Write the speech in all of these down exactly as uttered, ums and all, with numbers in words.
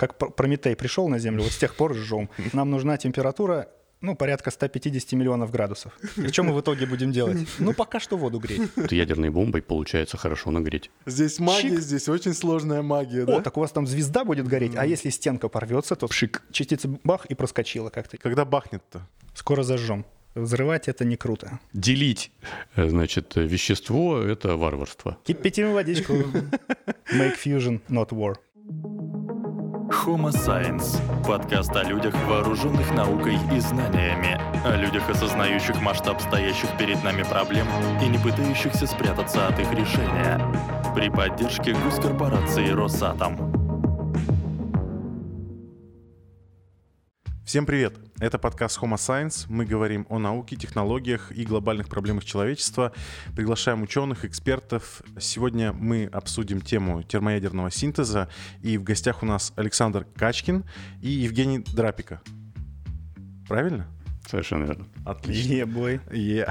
как Прометей пришел на Землю, вот с тех пор жжем. Нам нужна температура, ну, порядка сто пятьдесят миллионов градусов. И что мы в итоге будем делать? Ну, пока что воду греть. Это ядерной бомбой получается хорошо нагреть. Здесь магия, Чик. здесь очень сложная магия, да? О, так у вас там звезда будет гореть, а если стенка порвется, то Пшик. частица бах и проскочила как-то. Когда бахнет-то? Скоро зажжем. Взрывать это не круто. Делить, значит, вещество — это варварство. Кипятим водичку. Make fusion, not war. Homo Science – подкаст о людях, вооруженных наукой и знаниями, о людях, осознающих масштаб стоящих перед нами проблем и не пытающихся спрятаться от их решения. При поддержке госкорпорации «Росатом». Всем привет! Это подкаст Homo Science. Мы говорим о науке, технологиях и глобальных проблемах человечества. Приглашаем ученых, экспертов. Сегодня мы обсудим тему термоядерного синтеза. И в гостях у нас Александр Качкин и Евгений Драпика. Правильно? Совершенно верно. Отлично. Е-бой. Yeah.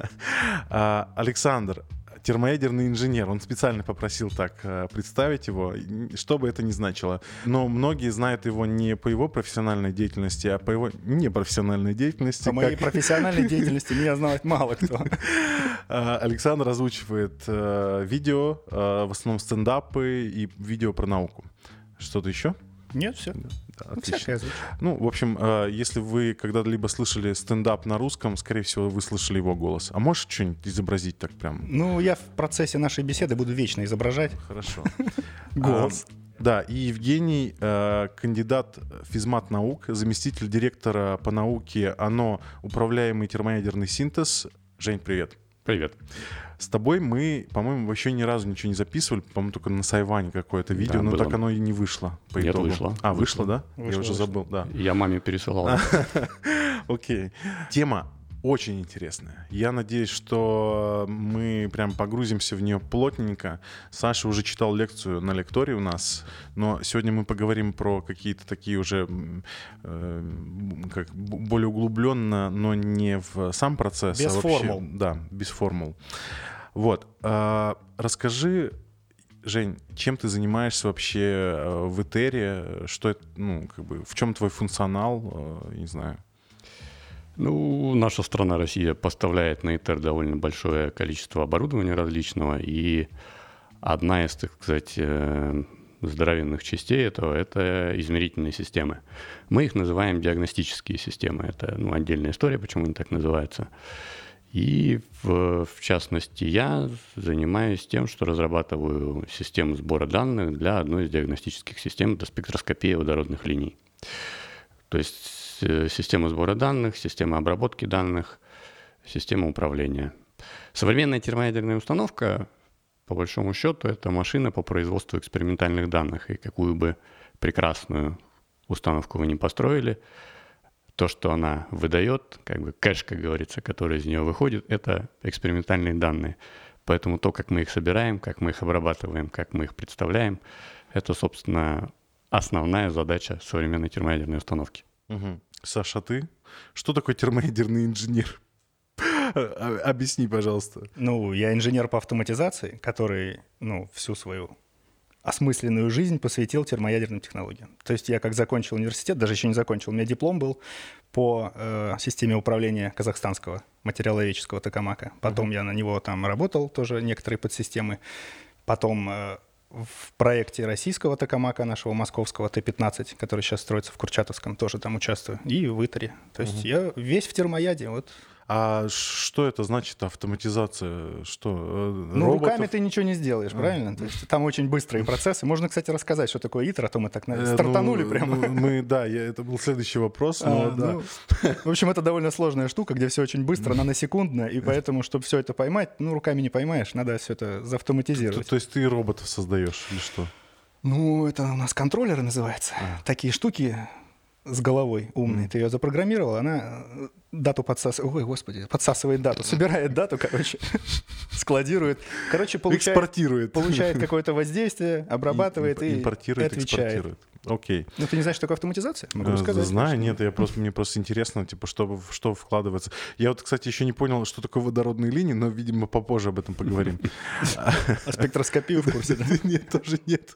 а, Александр, термоядерный инженер. Он специально попросил так представить его, что бы это ни значило. Но многие знают его не по его профессиональной деятельности, а по его непрофессиональной деятельности. По моей как... профессиональной деятельности меня знает мало кто. Александр озвучивает видео, в основном стендапы и видео про науку. Что-то еще? Нет, все. Да, Ну, отлично. Ну, в общем, если вы когда-либо слышали стендап на русском, скорее всего, вы слышали его голос. А можешь что-нибудь изобразить так прям? Ну, я в процессе нашей беседы буду вечно изображать. Хорошо. Голос. Да, и Евгений, кандидат физмат-наук, заместитель директора по науке ОНО «Управляемый термоядерный синтез». Жень, привет. Привет. С тобой мы, по-моему, вообще ни разу ничего не записывали, по-моему, только на Сайване какое-то видео, Да, но было. так оно и не вышло по Нет, итогу. вышло. А, вышло, да? Вышло, Я уже вышло. забыл, да. Я маме пересылал. Окей. Тема очень интересная. Я надеюсь, что мы прям погрузимся в нее плотненько. Саша уже читал лекцию на лектории у нас, но сегодня мы поговорим про какие-то такие уже э, как, более углубленно, но не в сам процесс. Без а вообще, формул. Да, без формул. Вот. А, расскажи, Жень, чем ты занимаешься вообще в Итере? Что это, ну, как бы, в чем твой функционал? Не знаю. Ну, наша страна, Россия, поставляет на ИТЕР довольно большое количество оборудования различного, и одна из, так сказать, э, здоровенных частей этого — это измерительные системы. Мы их называем диагностические системы. Это, ну, отдельная история, почему они так называются. И в, в частности, я занимаюсь тем, что разрабатываю систему сбора данных для одной из диагностических систем — это спектроскопия водородных линий. То есть система сбора данных, система обработки данных, система управления. Современная термоядерная установка, по большому счету, это машина по производству экспериментальных данных. И какую бы прекрасную установку вы ни построили, то, что она выдает, как бы кэш, как говорится, который из нее выходит, это экспериментальные данные. Поэтому то, как мы их собираем, как мы их обрабатываем, как мы их представляем, это, собственно, основная задача современной термоядерной установки. Угу. Саша, ты? Что такое термоядерный инженер? Объясни, пожалуйста. Ну, я инженер по автоматизации, который, ну, всю свою осмысленную жизнь посвятил термоядерным технологиям. То есть я как закончил университет, даже еще не закончил, у меня диплом был по э, системе управления казахстанского материаловедческого токамака. Потом uh-huh. я на него там работал, тоже некоторые подсистемы. Потом э, в проекте российского токамака, нашего московского Т пятнадцать, который сейчас строится в Курчатовском, тоже там участвую. И в Итере. То есть uh-huh. я весь в термояде. Вот. А что это значит автоматизация? Что? Ну, роботов? руками ты ничего не сделаешь, а. правильно? То есть там очень быстрые процессы. Можно, кстати, рассказать, что такое ИТЕР, а то мы так наверное, стартанули ну, прямо. Ну, мы, да, я, это был следующий вопрос. Но, а, да. ну, в общем, это довольно сложная штука, где все очень быстро, наносекундно, и поэтому, чтобы все это поймать, ну, руками не поймаешь, надо все это заавтоматизировать. То, то есть ты роботов создаешь или что? Ну, это у нас контроллеры называются. А. Такие штуки с головой умные. Mm. Ты ее запрограммировал, она дату подсасывает, ой, господи, подсасывает дату, собирает дату, короче, складирует, короче, получает, экспортирует, получает какое-то воздействие, обрабатывает и, импортирует, и отвечает. Экспортирует. Окей. Ну, ты не знаешь, что такое автоматизация? Могу рассказать. Знаю, конечно. нет, я просто, мне просто интересно, типа, что, что вкладывается. Я вот, кстати, еще не понял, что такое водородные линии, но, видимо, попозже об этом поговорим. А спектроскопию в курсе, да? Нет, тоже нет.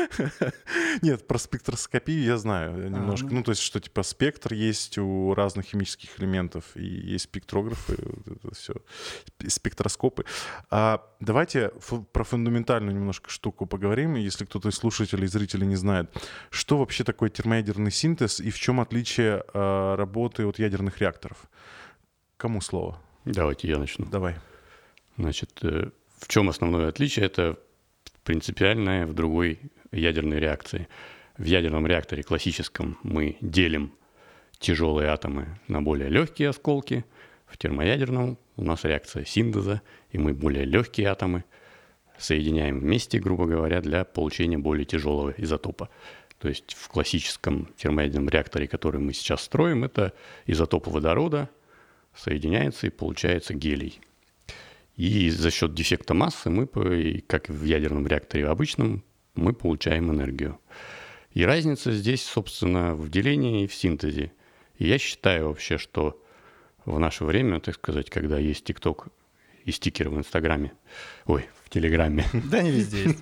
Нет, про спектроскопию я знаю немножко. А, ну. ну, то есть, что, типа, спектр есть у разных химических элементов, и есть спектрографы, вот это все, спектроскопы. А давайте ф- про фундаментальную немножко штуку поговорим, если кто-то из слушателей, зрителей не знает. Что вообще такое термоядерный синтез и в чем отличие э, работы от ядерных реакторов? Кому слово? Давайте я начну. Давай. Значит, э, в чем основное отличие? Это принципиальное в другой ядерной реакции. В ядерном реакторе классическом мы делим тяжелые атомы на более легкие осколки. В термоядерном у нас реакция синтеза, и мы более легкие атомы соединяем вместе, грубо говоря, для получения более тяжелого изотопа. То есть в классическом термоядерном реакторе, который мы сейчас строим, это изотоп водорода соединяется и получается гелий. И за счет дефекта массы мы, как в ядерном реакторе обычном, мы получаем энергию. И разница здесь, собственно, в делении и в синтезе. И я считаю вообще, что в наше время, так сказать, когда есть ТикТок и стикеры в Инстаграме, ой, в Телеграме. Да, не везде есть.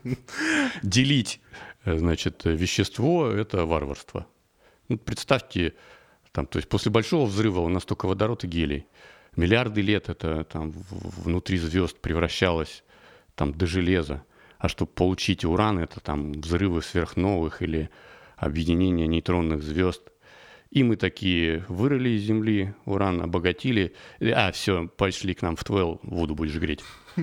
Делить, значит, вещество – это варварство. Ну, представьте, там, то есть после большого взрыва у нас только водород и гелий. Миллиарды лет это там внутри звезд превращалось там до железа. А чтобы получить уран, это там взрывы сверхновых или объединение нейтронных звезд. И мы такие вырыли из земли уран, обогатили. А, все, пошли к нам в Твел, воду будешь греть.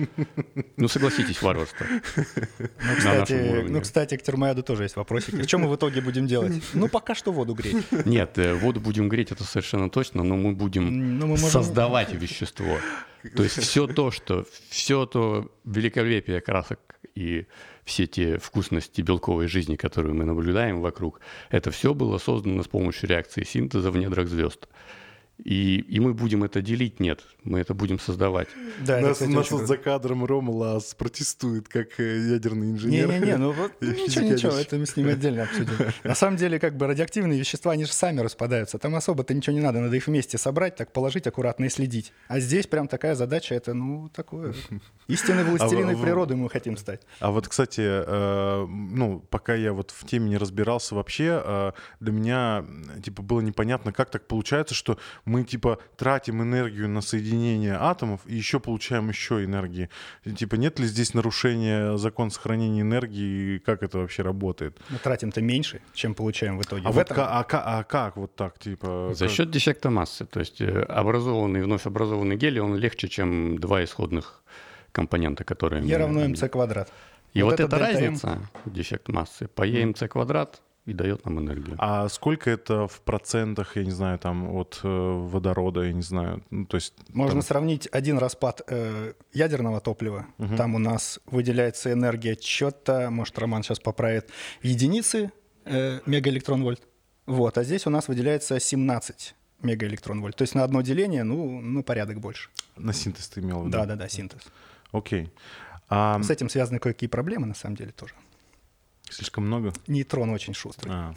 Ну, согласитесь, варварство. Ну, кстати, ну, кстати, к термояду тоже есть вопросики. Что мы в итоге будем делать? Ну, пока что воду греть. Нет, воду будем греть, это совершенно точно, но мы будем ну, мы можем... создавать вещество. То есть все то, что, все то великолепие красок и все те вкусности белковой жизни, которые мы наблюдаем вокруг, это все было создано с помощью реакции синтеза в недрах звезд. И, и мы будем это делить? Нет, мы это будем создавать. Да, нас это, нас вот за кадром Рома Лаас протестует, как ядерный инженер. Не-не-не, ну вот ничего, ничего, это мы с ним отдельно обсудим. На самом деле, как бы радиоактивные вещества, они же сами распадаются. Там особо-то ничего не надо, надо их вместе собрать, так положить аккуратно и следить. А здесь прям такая задача, это, ну, такое... Истинной властелиной а, природы мы хотим стать. А вот, кстати, э, ну, пока я вот в теме не разбирался вообще, э, для меня, типа, было непонятно, как так получается, что мы, типа, тратим энергию на соединение атомов и еще получаем еще энергии. Типа, нет ли здесь нарушения закона сохранения энергии, и как это вообще работает? Мы тратим-то меньше, чем получаем в итоге. А, в вот этом... к- а, а, а как вот так, типа? За как? счет дефекта массы. То есть образованный, вновь образованный гелий, он легче, чем два исходных компонента, которые... Е равно МЦ квадрат. И вот, вот эта разница, дефект массы, по Е МЦ квадрат и дает нам энергию. А сколько это в процентах, я не знаю, там от э, водорода, я не знаю, ну, то есть... Можно там... сравнить один распад э, ядерного топлива. Угу. Там у нас выделяется энергия что-то, может, Роман сейчас поправит, единицы э, мегаэлектрон-вольт. Вот, а здесь у нас выделяется семнадцать мегаэлектрон-вольт. То есть на одно деление, ну, ну порядок больше. На синтез ты имел в виду? Да-да-да, синтез. Окей. А... С этим связаны кое-какие проблемы, на самом деле, тоже. Слишком много? Нейтрон очень шустрый. А,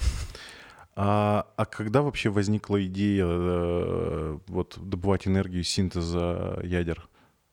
а, а когда вообще возникла идея э, вот, добывать энергию из синтеза ядер?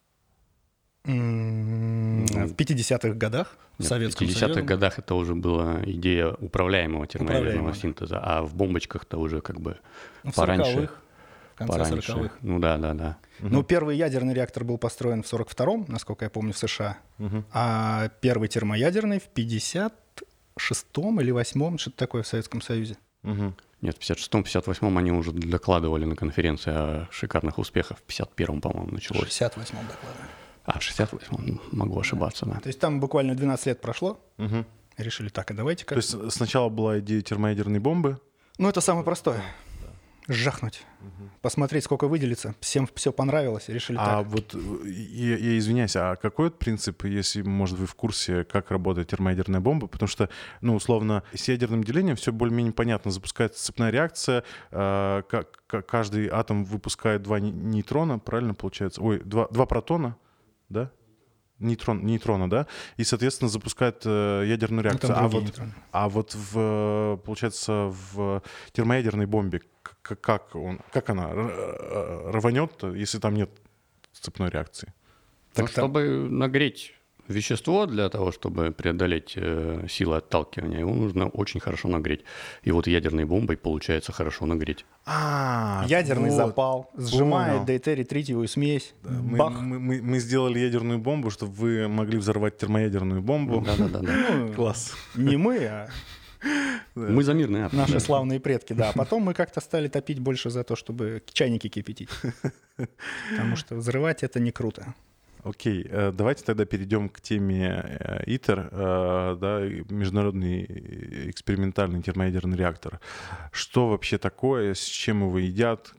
Mm-hmm. В пятидесятых годах в Советском Союзе. В пятидесятых годах это уже была идея управляемого термоядерного синтеза, а в бомбочках-то уже как бы ну, пораньше. В конце пораньше. сороковых. Ну да, да, да. Ну, угу. Первый ядерный реактор был построен в сорок втором, насколько я помню, в США, угу. а первый термоядерный в пятьдесят шестом или восьмом, что-то такое в Советском Союзе. Угу. Нет, в пятьдесят шестом — пятьдесят восьмом они уже докладывали на конференции о шикарных успехах. В пятьдесят первом, по-моему, началось. В шестьдесят восьмом докладывали. А, в шестьдесят восьмом, могу ошибаться, да. То есть там буквально двенадцать лет прошло, угу. решили так, и давайте как. То есть сначала была идея термоядерной бомбы? Ну, это самое простое. Жахнуть. Угу. Посмотреть, сколько выделится. Всем все понравилось, решили а так. вот, я, я извиняюсь, а какой вот принцип, если, может, вы в курсе, как работает термоядерная бомба? Потому что, ну, условно, с ядерным делением все более-менее понятно. Запускается цепная реакция, э, как, каждый атом выпускает два нейтрона, правильно получается? Ой, два, два протона, да? Нейтрон, нейтрона, да, и, соответственно, запускает э, ядерную реакцию. А вот, а вот в, получается, в термоядерной бомбе как, как, он, как она рванет, если там нет цепной реакции? Так, ну, чтобы нагреть вещество для того, чтобы преодолеть э, силы отталкивания, его нужно очень хорошо нагреть. И вот ядерной бомбой получается хорошо нагреть. А, ядерный вот, запал сжимает дейтерий-тритиевую смесь. Да, Бах. Мы, мы, мы сделали ядерную бомбу, чтобы вы могли взорвать термоядерную бомбу. Да-да-да. Класс. Не мы, а мы за мирный атом. Наши славные предки, да. А потом мы как-то стали топить больше за то, чтобы чайники кипятить. Потому что взрывать — это не круто. Окей, давайте тогда перейдем к теме ИТЕР, да, международный экспериментальный термоядерный реактор. Что вообще такое, с чем его едят,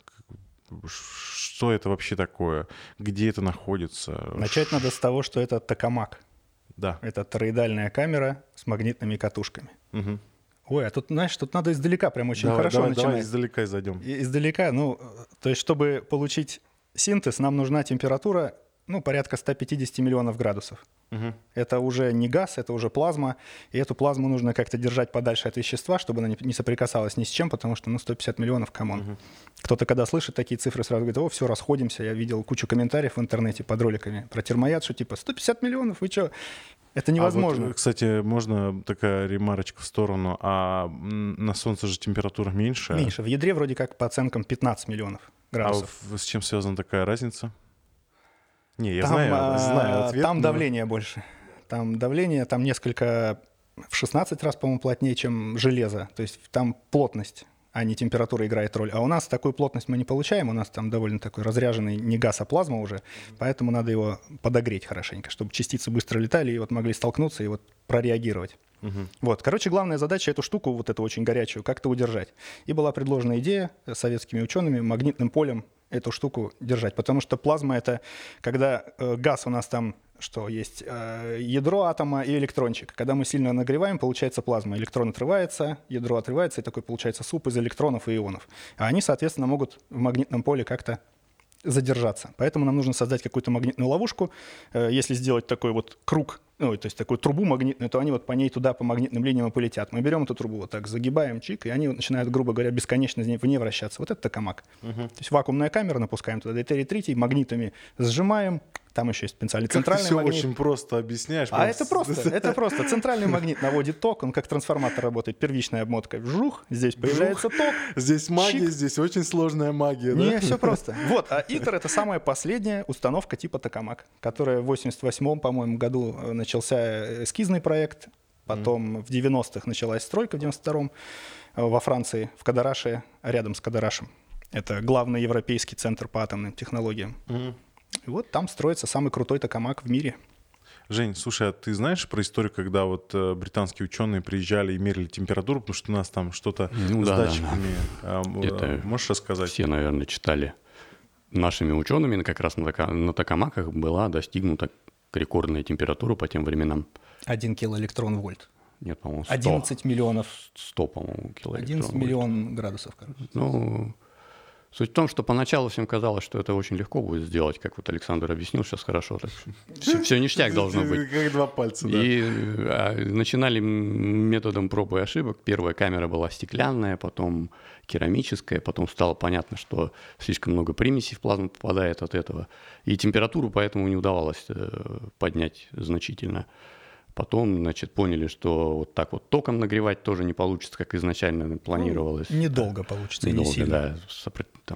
что это вообще такое, где это находится? Начать надо с того, что это токамак. Да. Это тороидальная камера с магнитными катушками. Угу. Ой, а тут, знаешь, тут надо издалека прям очень давай, хорошо давай, начинать. Давай издалека зайдем. И, издалека, ну, то есть чтобы получить синтез, нам нужна температура, ну, порядка сто пятьдесят миллионов градусов. Угу. Это уже не газ, это уже плазма. И эту плазму нужно как-то держать подальше от вещества, чтобы она не соприкасалась ни с чем, потому что, ну, сто пятьдесят миллионов, камон. Угу. Кто-то, когда слышит такие цифры, сразу говорит: о, все, расходимся. Я видел кучу комментариев в интернете под роликами про термояд, что типа сто пятьдесят миллионов, вы что? Это невозможно. А вот, кстати, можно такая ремарочка в сторону. А на Солнце же температура меньше? Меньше. В ядре вроде как по оценкам пятнадцать миллионов градусов. А с чем связана такая разница? Не, я там, знаю, а, знаю ответ. Там но... давление больше. Там давление, там несколько, в шестнадцать раз, по-моему, плотнее, чем железо. То есть там плотность, а не температура играет роль. А у нас такую плотность мы не получаем. У нас там довольно такой разряженный не газ, а плазма уже. Поэтому надо его подогреть хорошенько, чтобы частицы быстро летали и вот могли столкнуться и вот прореагировать. Угу. Вот, короче, главная задача эту штуку, вот эту очень горячую, как-то удержать. И была предложена идея советскими учеными магнитным полем эту штуку держать. Потому что плазма — это когда э, газ у нас там, что есть э, ядро атома и электрончик. Когда мы сильно нагреваем, получается плазма. Электрон отрывается, ядро отрывается, и такой получается суп из электронов и ионов. А они, соответственно, могут в магнитном поле как-то задержаться. Поэтому нам нужно создать какую-то магнитную ловушку. Если сделать такой вот круг, ну, то есть такую трубу магнитную, то они вот по ней туда, по магнитным линиям и полетят. Мы берем эту трубу вот так, загибаем, чик, и они вот начинают, грубо говоря, бесконечно в ней вращаться. Вот это токамак. Uh-huh. То есть вакуумная камера, напускаем туда дейтерий-тритий, магнитами сжимаем. Там еще есть специальный центральный ты магнит. Все очень просто объясняешь. А это просто, это просто. Центральный магнит наводит ток, он как трансформатор работает. Первичная обмотка. Вжух, здесь появляется Вжух. ток. Здесь магия, чик. Здесь очень сложная магия. Не, да? все просто. Вот, а ИТЕР — это самая последняя установка типа токамак, которая в восемьдесят восьмом, по-моему, году начался эскизный проект, потом mm. в девяностых началась стройка, в девяносто втором во Франции, в Кадараше, рядом с Кадарашем. Это главный европейский центр по атомным технологиям. Mm. И вот там строится самый крутой токамак в мире. Жень, слушай, а ты знаешь про историю, когда вот э, британские ученые приезжали и мерили температуру, потому что у нас там что-то ну, с да, датчиками. Да, да. А, можешь рассказать? Все, наверное, читали. Нашими учеными как раз на, тока, на токамаках была достигнута рекордная температура по тем временам. Один килоэлектрон-вольт. Нет, по-моему, сто. одиннадцать миллионов. сто, по-моему, килоэлектрон-вольт. одиннадцать миллионов градусов, короче. Ну... Суть в том, что поначалу всем казалось, что это очень легко будет сделать, как вот Александр объяснил сейчас хорошо. Так все, все ништяк должно быть. Как два пальца, да. И а, начинали методом проб и ошибок. Первая камера была стеклянная, потом керамическая, потом стало понятно, что слишком много примесей в плазму попадает от этого. И температуру поэтому не удавалось поднять значительно. Потом, значит, поняли, что вот так вот током нагревать тоже не получится, как изначально планировалось. Ну, недолго да. получится, недолго, и не сильно. Да, сопро... там,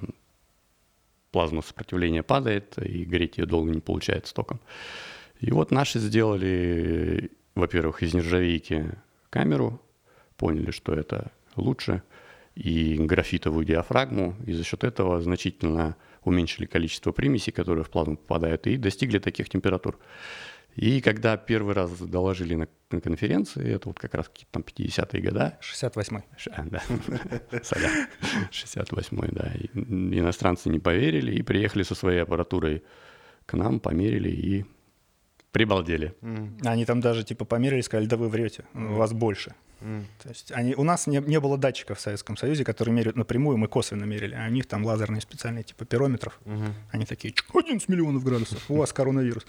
плазма сопротивления падает, и греть ее долго не получается током. И вот наши сделали, во-первых, из нержавейки камеру, поняли, что это лучше, и графитовую диафрагму, и за счет этого значительно уменьшили количество примесей, которые в плазму попадают, и достигли таких температур. И когда первый раз доложили на, на конференции, это вот как раз какие-то там пятидесятые годы. шестьдесят восьмой. А, да, шестьдесят восьмой, да. И иностранцы не поверили и приехали со своей аппаратурой к нам, померили и прибалдели. Они там даже типа померили и сказали, да вы врете, у вас больше. Mm. То есть они, у нас не, не было датчиков в Советском Союзе, которые меряют напрямую, мы косвенно мерили, а у них там лазерные специальные типа пирометров. Mm-hmm. Они такие, одиннадцать миллионов градусов, у вас коронавирус.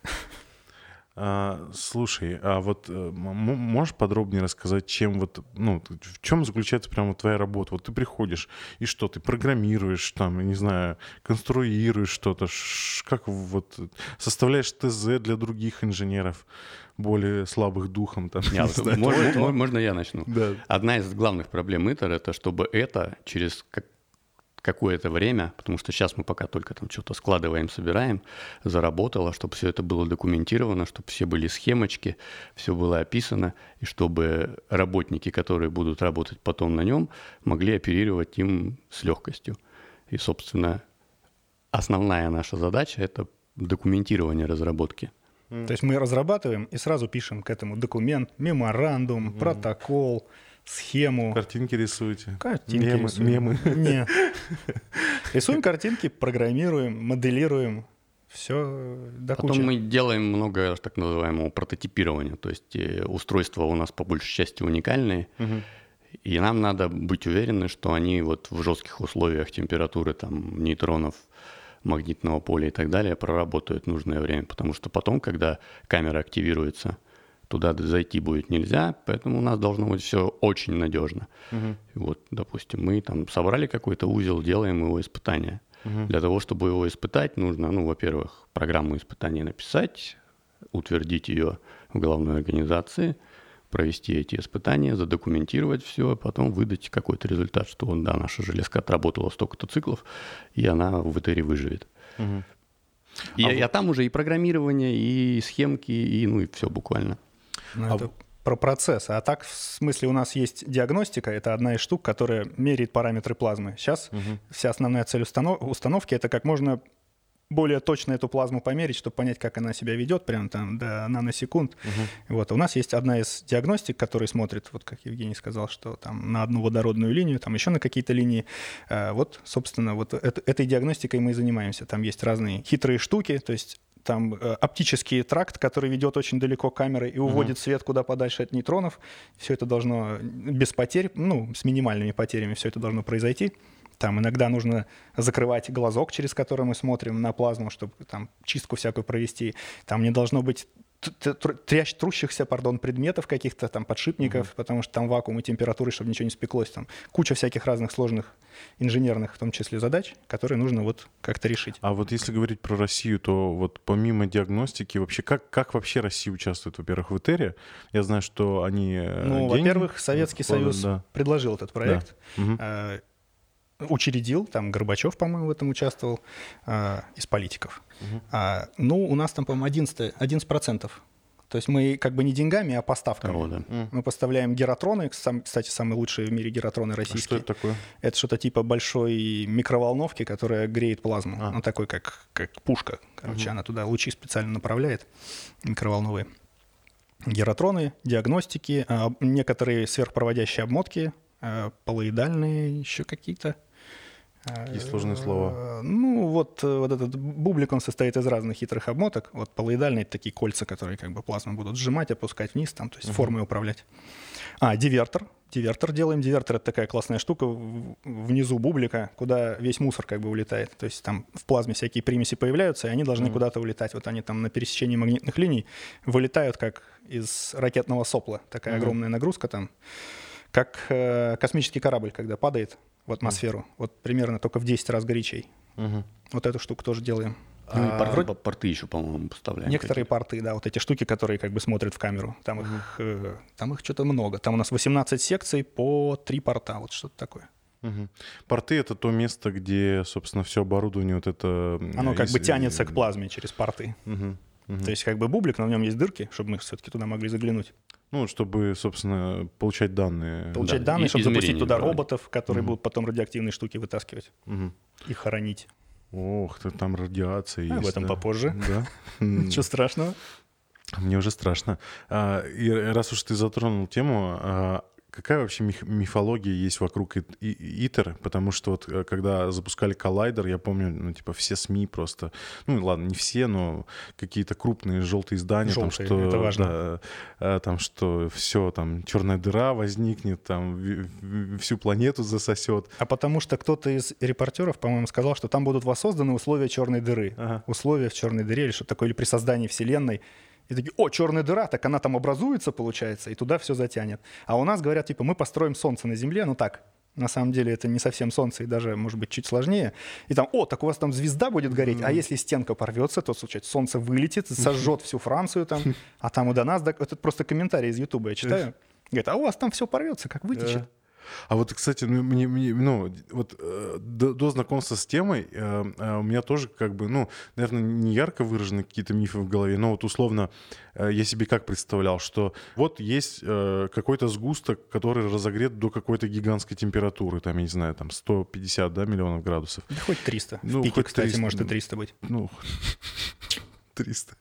А, слушай, а вот м- можешь подробнее рассказать, чем вот, ну, в чем заключается прямо твоя работа? Вот ты приходишь, и что, ты программируешь, там, я не знаю, конструируешь что-то, ш- как вот составляешь ТЗ для других инженеров, более слабых духом? Там, не, не можно, можно, можно я начну? Да. Одна из главных проблем ИТЕР — это чтобы это через как, какое-то время, потому что сейчас мы пока только там что-то складываем, собираем, заработало, чтобы все это было документировано, чтобы все были схемочки, все было описано, и чтобы работники, которые будут работать потом на нем, могли оперировать им с легкостью. И, собственно, основная наша задача — это документирование разработки. То есть мы разрабатываем и сразу пишем к этому документ, меморандум, mm. протокол, схему. Картинки рисуете? Картинки мемы, рисуем. Мемы. Нет. Рисуем картинки, программируем, моделируем. Все до кучи. Потом мы делаем много так называемого прототипирования. То есть устройства у нас по большей части уникальные. Угу. И нам надо быть уверены, что они вот в жестких условиях температуры там, нейтронов, магнитного поля и так далее проработают нужное время, потому что потом, когда камера активируется, туда зайти будет нельзя, поэтому у нас должно быть все очень надежно. Uh-huh. Вот, допустим, мы там собрали какой-то узел, делаем его испытания. Uh-huh. Для того, чтобы его испытать, нужно, ну, во-первых, программу испытаний написать, утвердить ее в головной организации, провести эти испытания, задокументировать все, а потом выдать какой-то результат, что вот, да, наша железка отработала столько-то циклов, и она в ИТЕРе выживет. Угу. И, а, а там уже и программирование, и схемки, и ну и все буквально. Ну, а... это про процесс. А так, в смысле, у нас есть диагностика, это одна из штук, которая меряет параметры плазмы. Сейчас угу. вся основная цель установ... установки — это как можно более точно эту плазму померить, чтобы понять, как она себя ведет, прям там до наносекунд. Uh-huh. Вот. У нас есть одна из диагностик, которая смотрит, вот как Евгений сказал, что там на одну водородную линию, там еще на какие-то линии. Вот, собственно, вот это, этой диагностикой мы и занимаемся. Там есть разные хитрые штуки, то есть там оптический тракт, который ведет очень далеко камеры и уводит uh-huh. свет куда подальше от нейтронов. Все это должно без потерь, ну, с минимальными потерями все это должно произойти. Там иногда нужно закрывать глазок, через который мы смотрим на плазму, чтобы там чистку всякую провести. Там не должно быть трящ, трущихся, пардон, предметов каких-то, там подшипников, mm-hmm. потому что там вакуум и температуры, чтобы ничего не спеклось. Там куча всяких разных сложных инженерных, в том числе, задач, которые нужно вот как-то решить. А вот если говорить про Россию, то вот помимо диагностики, вообще как, как вообще Россия участвует, во-первых, в ИТЕРе? Я знаю, что они Ну, деньги во-первых, Советский вкладывают, Союз да. предложил этот проект. Да. Угу. Учредил, там Горбачев, по-моему, в этом участвовал, э, из политиков. Uh-huh. А, ну, у нас там, по-моему, одиннадцать процентов. То есть мы как бы не деньгами, а поставками. Oh, да. uh-huh. Мы поставляем геротроны, сам, кстати, самые лучшие в мире геротроны российские. А что это такое? Это что-то типа большой микроволновки, которая греет плазму. Uh-huh. Ну, такой, как, как пушка. Короче, uh-huh. она туда лучи специально направляет, микроволновые. Геротроны, диагностики, э, некоторые сверхпроводящие обмотки, э, полоидальные, еще какие-то. Какие сложные слова? Ну, вот, вот этот бублик, он состоит из разных хитрых обмоток. Вот полоидальные — это такие кольца, которые как бы плазму будут сжимать, опускать вниз, там, то есть uh-huh. формой управлять. А, дивертор. Дивертор делаем. Дивертор — это такая классная штука внизу бублика, куда весь мусор как бы улетает. То есть там в плазме всякие примеси появляются, и они должны uh-huh. куда-то улетать. Вот они там на пересечении магнитных линий вылетают, как из ракетного сопла. Такая uh-huh. огромная нагрузка там. Как э, космический корабль, когда падает в атмосферу. Mm. Вот примерно только в десять раз горячей. Mm-hmm. Вот эту штуку тоже делаем. Ну, а, и порты, порты еще, по-моему, поставляем. Некоторые какие-то. порты, да, вот эти штуки, которые как бы смотрят в камеру. Там, mm-hmm. их, э, там их что-то много. Там у нас восемнадцать секций по три порта, вот что-то такое. Mm-hmm. Порты — это то место, где, собственно, все оборудование вот это... Оно как из... бы тянется к плазме через порты. Mm-hmm. Mm-hmm. То есть как бы бублик, но в нем есть дырки, чтобы мы все-таки туда могли заглянуть. Ну, чтобы, собственно, получать данные. Получать да. данные, и чтобы запустить туда проводить. роботов, которые угу. будут потом радиоактивные штуки вытаскивать угу. и хоронить. Ох, там радиация есть. Об этом да. попозже. Да? Ничего страшного. Мне уже страшно. А, и раз уж ты затронул тему, а, какая вообще миф- мифология есть вокруг ИТ- И- ИТЕР? Потому что вот когда запускали коллайдер, я помню, ну, типа, все СМИ просто, ну, ладно, не все, но какие-то крупные желтые издания, там, Желтые, что, это важно. да, а, там, что все, там, черная дыра возникнет, там, в- в- всю планету засосет. А потому что кто-то из репортеров, по-моему, сказал, что там будут воссозданы условия черной дыры. Ага. Условия в черной дыре или что-то такое, или при создании Вселенной. И такие, о, черная дыра, так она там образуется, получается, и туда все затянет. А у нас говорят, типа, мы построим Солнце на Земле, ну так, на самом деле это не совсем Солнце, и даже, может быть, чуть сложнее. И там, о, так у вас там звезда будет гореть, mm-hmm. а если стенка порвется, то, случается, Солнце вылетит, сожжет всю Францию там, а там и до нас, это просто комментарий из Ютуба я читаю. Говорит, а у вас там все порвется, как вытечет. А вот, кстати, ну, мне, мне, ну, вот, э, до, до знакомства с темой э, э, у меня тоже как бы, ну, наверное, не ярко выражены какие-то мифы в голове, но вот условно э, я себе как представлял, что вот есть э, какой-то сгусток, который разогрет до какой-то гигантской температуры, там, я не знаю, там сто пятьдесят, да, миллионов градусов. Да хоть триста. Ну, в пике, хоть кстати, триста, может и триста быть. Ну, триста.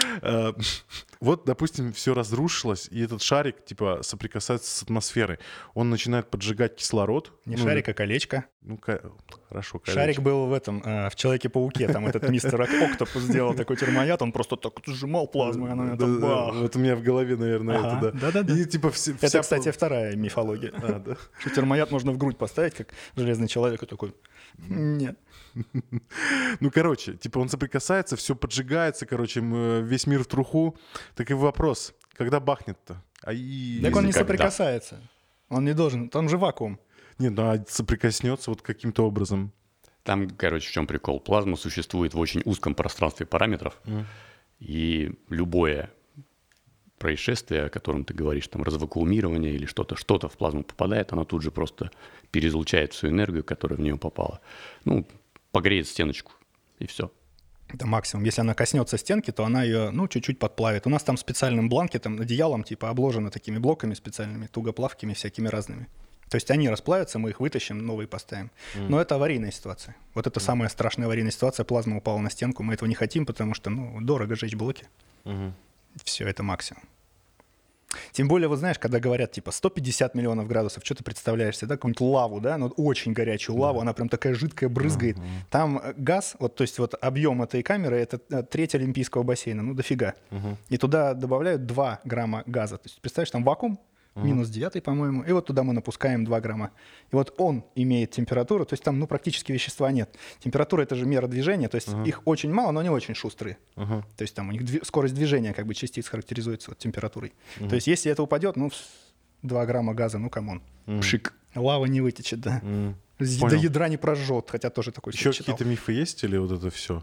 Вот, допустим, все разрушилось, и этот шарик, типа, соприкасается с атмосферой. Он начинает поджигать кислород. Не ну, шарик, а колечко. Ну, ко- хорошо, колечко. Шарик был в этом, э, в Человеке-пауке, там этот мистер Октопус сделал такой термояд, он просто так сжимал плазму, и она Да, это да, бах. вот у меня в голове, наверное, Ага, это, да. да-да-да. И, типа, все, Это, вся кстати, пл- вторая мифология. А, да. Что термояд можно в грудь поставить, как железный человек, и такой, нет. Ну, короче, типа он соприкасается, все поджигается, короче, м, весь мир в труху. Так и вопрос, когда бахнет-то? А и... Так он не Когда? соприкасается. Он не должен, там же вакуум. Нет, ну а соприкоснется вот каким-то образом. Там, короче, в чем прикол? Плазма существует в очень узком пространстве параметров, Mm. и любое происшествие, о котором ты говоришь, там развакуумирование или что-то, что-то в плазму попадает, она тут же просто переизлучает всю энергию, которая в нее попала. Ну, погреет стеночку, и все. Это максимум. Если она коснется стенки, то она ее, ну, чуть-чуть подплавит. У нас там специальным бланкетом, одеялом, типа, обложено такими блоками специальными, тугоплавкими, всякими разными. То есть они расплавятся, мы их вытащим, новые поставим. Mm. Но это аварийная ситуация. Вот это mm. самая страшная аварийная ситуация. Плазма упала на стенку, мы этого не хотим, потому что, ну, дорого жечь блоки. Mm-hmm. Все, это максимум. Тем более, вот знаешь, когда говорят, типа, сто пятьдесят миллионов градусов, что ты представляешь себе, да, какую-нибудь лаву, да, ну, очень горячую лаву, она прям такая жидкая, брызгает. Uh-huh. Там газ, вот, то есть вот объем этой камеры — это треть олимпийского бассейна, ну, дофига. Uh-huh. И туда добавляют два грамма газа. То есть, представляешь, там вакуум, Uh-huh. минус девятый, по-моему, и вот туда мы напускаем два грамма. И вот он имеет температуру, то есть там, ну, практически вещества нет. Температура — это же мера движения, то есть uh-huh. их очень мало, но они очень шустрые. Uh-huh. То есть там у них дви- скорость движения как бы частиц характеризуется вот температурой. Uh-huh. То есть если это упадет, ну, два грамма газа, ну, камон. Uh-huh. Пшик. Лава не вытечет, да. Uh-huh. До ядра не прожжет, хотя тоже такой Еще читал. какие-то мифы есть или вот это все?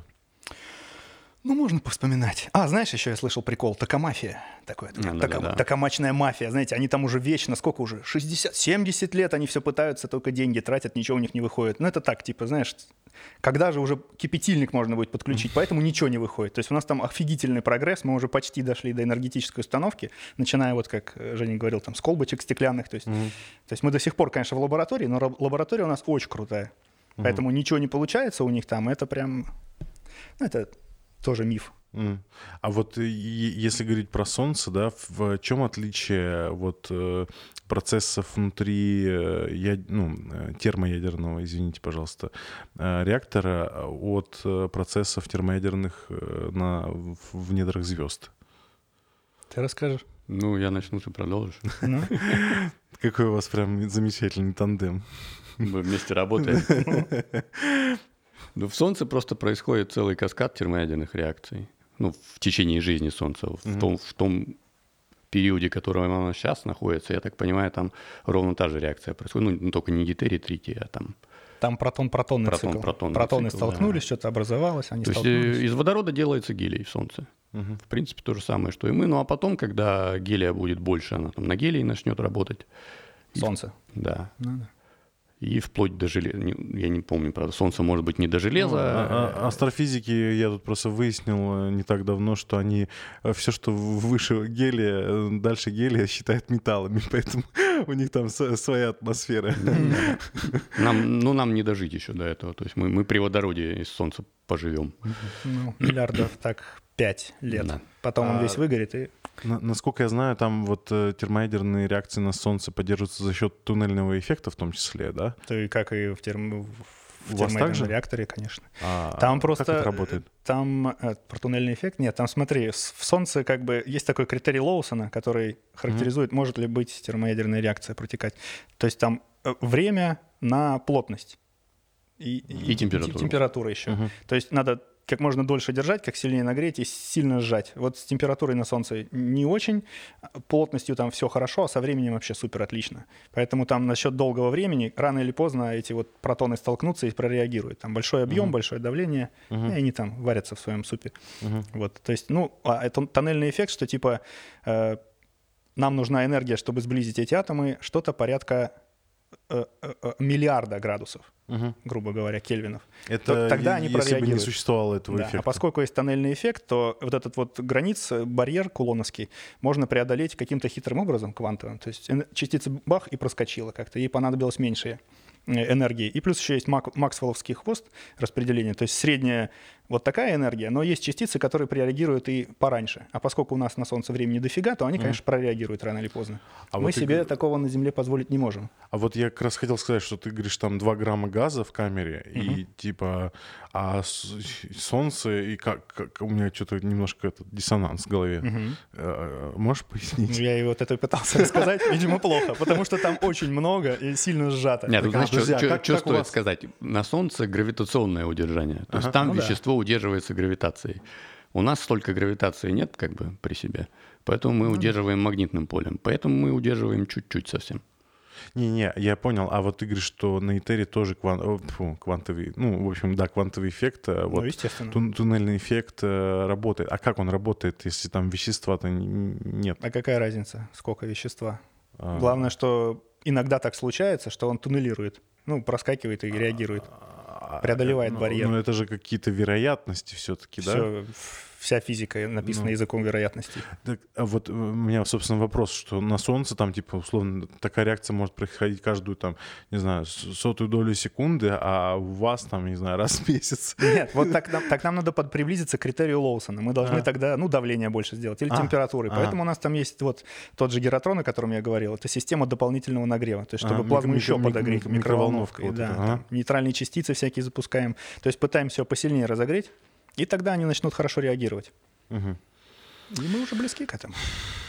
Ну, можно повспоминать. А, знаешь, еще я слышал прикол, токомафия. Такое, А, да, тока, да, да. токомачная мафия. Знаете, они там уже вечно, сколько уже? шестьдесят, семьдесят лет они все пытаются, только деньги тратят, ничего у них не выходит. Ну, это так, типа, знаешь, когда же уже кипятильник можно будет подключить, поэтому ничего не выходит. То есть у нас там офигительный прогресс, мы уже почти дошли до энергетической установки, начиная вот, как Женя говорил, там, с колбочек стеклянных. То есть, mm-hmm. то есть мы до сих пор, конечно, в лаборатории, но лаборатория у нас очень крутая. Mm-hmm. Поэтому ничего не получается у них там, это прям, ну, это... тоже миф. Mm. А вот и, если говорить про Солнце, да, в чем отличие вот э, процессов внутри э, я, ну, термоядерного, извините, пожалуйста, э, реактора от э, процессов термоядерных э, на, в, в недрах звезд? Ты расскажешь? Ну, я начну, ты продолжишь. Какой у вас прям замечательный тандем. Мы вместе работаем. Ну, в Солнце просто происходит целый каскад термоядерных реакций. Ну, в течение жизни Солнца. В, mm-hmm. том, в том периоде, в котором оно сейчас находится, я так понимаю, там ровно та же реакция происходит. Ну, только не дейтерий, тритий, а там... Там протон-протонный Протон, цикл. протонный Протоны цикл, столкнулись, да. что-то образовалось, они То столкнулись. есть из водорода делается гелий в Солнце. Mm-hmm. В принципе, то же самое, что и мы. Ну, а потом, когда гелия будет больше, она там на гелии начнет работать. Солнце. И, да. Ну, да. И вплоть до железа. Я не помню, правда, Солнце может быть не до железа. Ну, а, а, астрофизики, я тут просто выяснил не так давно, что они все, что выше гелия, дальше гелия, считают металлами. Поэтому У них там своя атмосфера. Нам, ну, нам не дожить еще до этого. То есть мы, мы при водороде из Солнца поживем. Ну, миллиардов так пять лет. Да. Потом он а, весь выгорит и... На, насколько я знаю, там вот э, термоядерные реакции на Солнце поддерживаются за счет туннельного эффекта в том числе, да? То и как и в, терм... в термоядерном также? реакторе, конечно. А, там просто... Как это работает? Там э, про туннельный эффект нет. Там, смотри, в Солнце как бы есть такой критерий Лоусона, который характеризует, mm-hmm. может ли быть термоядерная реакция протекать. То есть там время на плотность. И, и, и температура. И температура еще. Uh-huh. То есть надо как можно дольше держать, как сильнее нагреть и сильно сжать. Вот с температурой на Солнце не очень, плотностью там все хорошо, а со временем вообще супер отлично. Поэтому там насчет долгого времени рано или поздно эти вот протоны столкнутся и прореагируют. Там большой объем, uh-huh. большое давление, uh-huh. и они там варятся в своем супе. Uh-huh. Вот, то есть, ну, а это тоннельный эффект, что типа э, нам нужна энергия, чтобы сблизить эти атомы, что-то порядка миллиарда градусов, угу. грубо говоря, кельвинов. Это тогда они если прореагируют. бы не существовало этого да. эффекта. А поскольку есть тоннельный эффект, то вот этот вот границ, барьер кулоновский можно преодолеть каким-то хитрым образом, квантовым. То есть частица бах и проскочила как-то. Ей понадобилось меньше энергии. И плюс еще есть мак- максвелловский хвост распределения. То есть средняя вот такая энергия, но есть частицы, которые прореагируют и пораньше. А поскольку у нас на Солнце времени дофига, то они, конечно, mm. прореагируют рано или поздно. А Мы вот себе ты... такого на Земле позволить не можем. А вот я как раз хотел сказать, что ты говоришь, там два грамма газа в камере, mm-hmm. и типа, а Солнце, и как, как у меня что-то немножко этот диссонанс в голове. Mm-hmm. Можешь пояснить? Я и вот это пытался рассказать, видимо, плохо, потому что там очень много и сильно сжато. Нет, знаешь, что стоит сказать? На Солнце гравитационное удержание. То есть там вещество удерживается гравитацией. У нас столько гравитации нет как бы при себе, поэтому мы ну, удерживаем магнитным полем. Поэтому мы удерживаем чуть-чуть совсем. Не-не, я понял. А вот ты говоришь, что на Итере тоже кван... Фу, квантовый, ну, в общем, да, квантовый эффект, вот, ну, естественно. Тун- туннельный эффект работает. А как он работает, если там вещества-то нет? А какая разница, сколько вещества? А... Главное, что иногда так случается, что он туннелирует, ну, проскакивает и реагирует. Преодолевает ну, барьер. Но это же какие-то вероятности все-таки, Все, да? Вся физика написана ну, языком вероятностей. Так, а вот у меня, собственно, вопрос, что на Солнце там, типа, условно, такая реакция может происходить каждую, там, не знаю, сотую долю секунды, а у вас, там, не знаю, раз в месяц. Нет, вот так, так нам надо приблизиться к критерию Лоусона. Мы должны а. тогда, ну, давление больше сделать или а. температуры. А. Поэтому у нас там есть вот тот же гератрон, о котором я говорил. Это система дополнительного нагрева. То есть, чтобы а, плазму микро- еще микро- подогреть микро- микроволновкой. Вот да, ага. Нейтральные частицы всякие запускаем. То есть пытаемся его посильнее разогреть, и тогда они начнут хорошо реагировать. Угу. И мы уже близки к этому.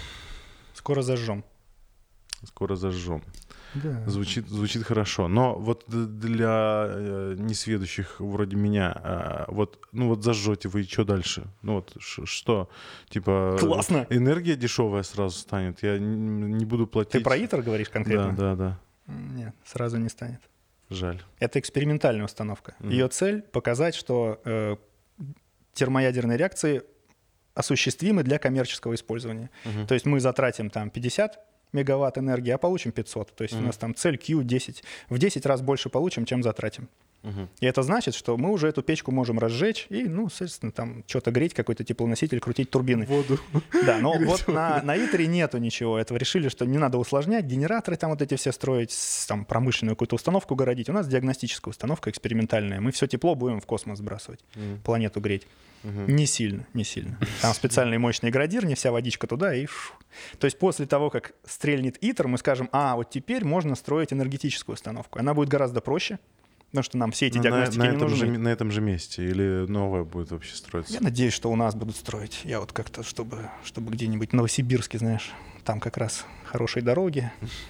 Скоро зажжем. Скоро зажжем. Да. Звучит, звучит хорошо. Но вот для э, несведущих вроде меня, э, вот, ну вот зажжете вы, и что дальше? Ну вот ш- что? Типа классно. Энергия дешевая сразу станет, я не, не буду платить. Ты про ИТЕР говоришь конкретно? Да, да, да. Нет, сразу не станет. Жаль. Это экспериментальная установка. Mm. Ее цель — показать, что э, термоядерные реакции осуществимы для коммерческого использования. Uh-huh. То есть мы затратим там пятьдесят мегаватт энергии, а получим пятьсот. То есть uh-huh. у нас там цель Q десять. В десять раз больше получим, чем затратим. Uh-huh. И это значит, что мы уже эту печку можем разжечь и, ну, соответственно, там что-то греть, какой-то теплоноситель, крутить турбины. Воду. Да, но вот на, на ИТЕРе нету ничего этого. Решили, что не надо усложнять, генераторы там вот эти все строить, там промышленную какую-то установку городить. У нас диагностическая установка экспериментальная. Мы все тепло будем в космос сбрасывать, uh-huh. планету греть. Угу. Не сильно, не сильно. Там специальные мощные градирни, вся водичка туда и... Шу. То есть после того, как стрельнет ИТЕР, мы скажем, а, вот теперь можно строить энергетическую установку. Она будет гораздо проще, потому что нам все эти диагностики на, на не этом нужны. Же, на этом же месте или новая будет вообще строиться? Я надеюсь, что у нас будут строить. Я вот как-то, чтобы, чтобы где-нибудь в Новосибирске, знаешь, там как раз хорошие дороги.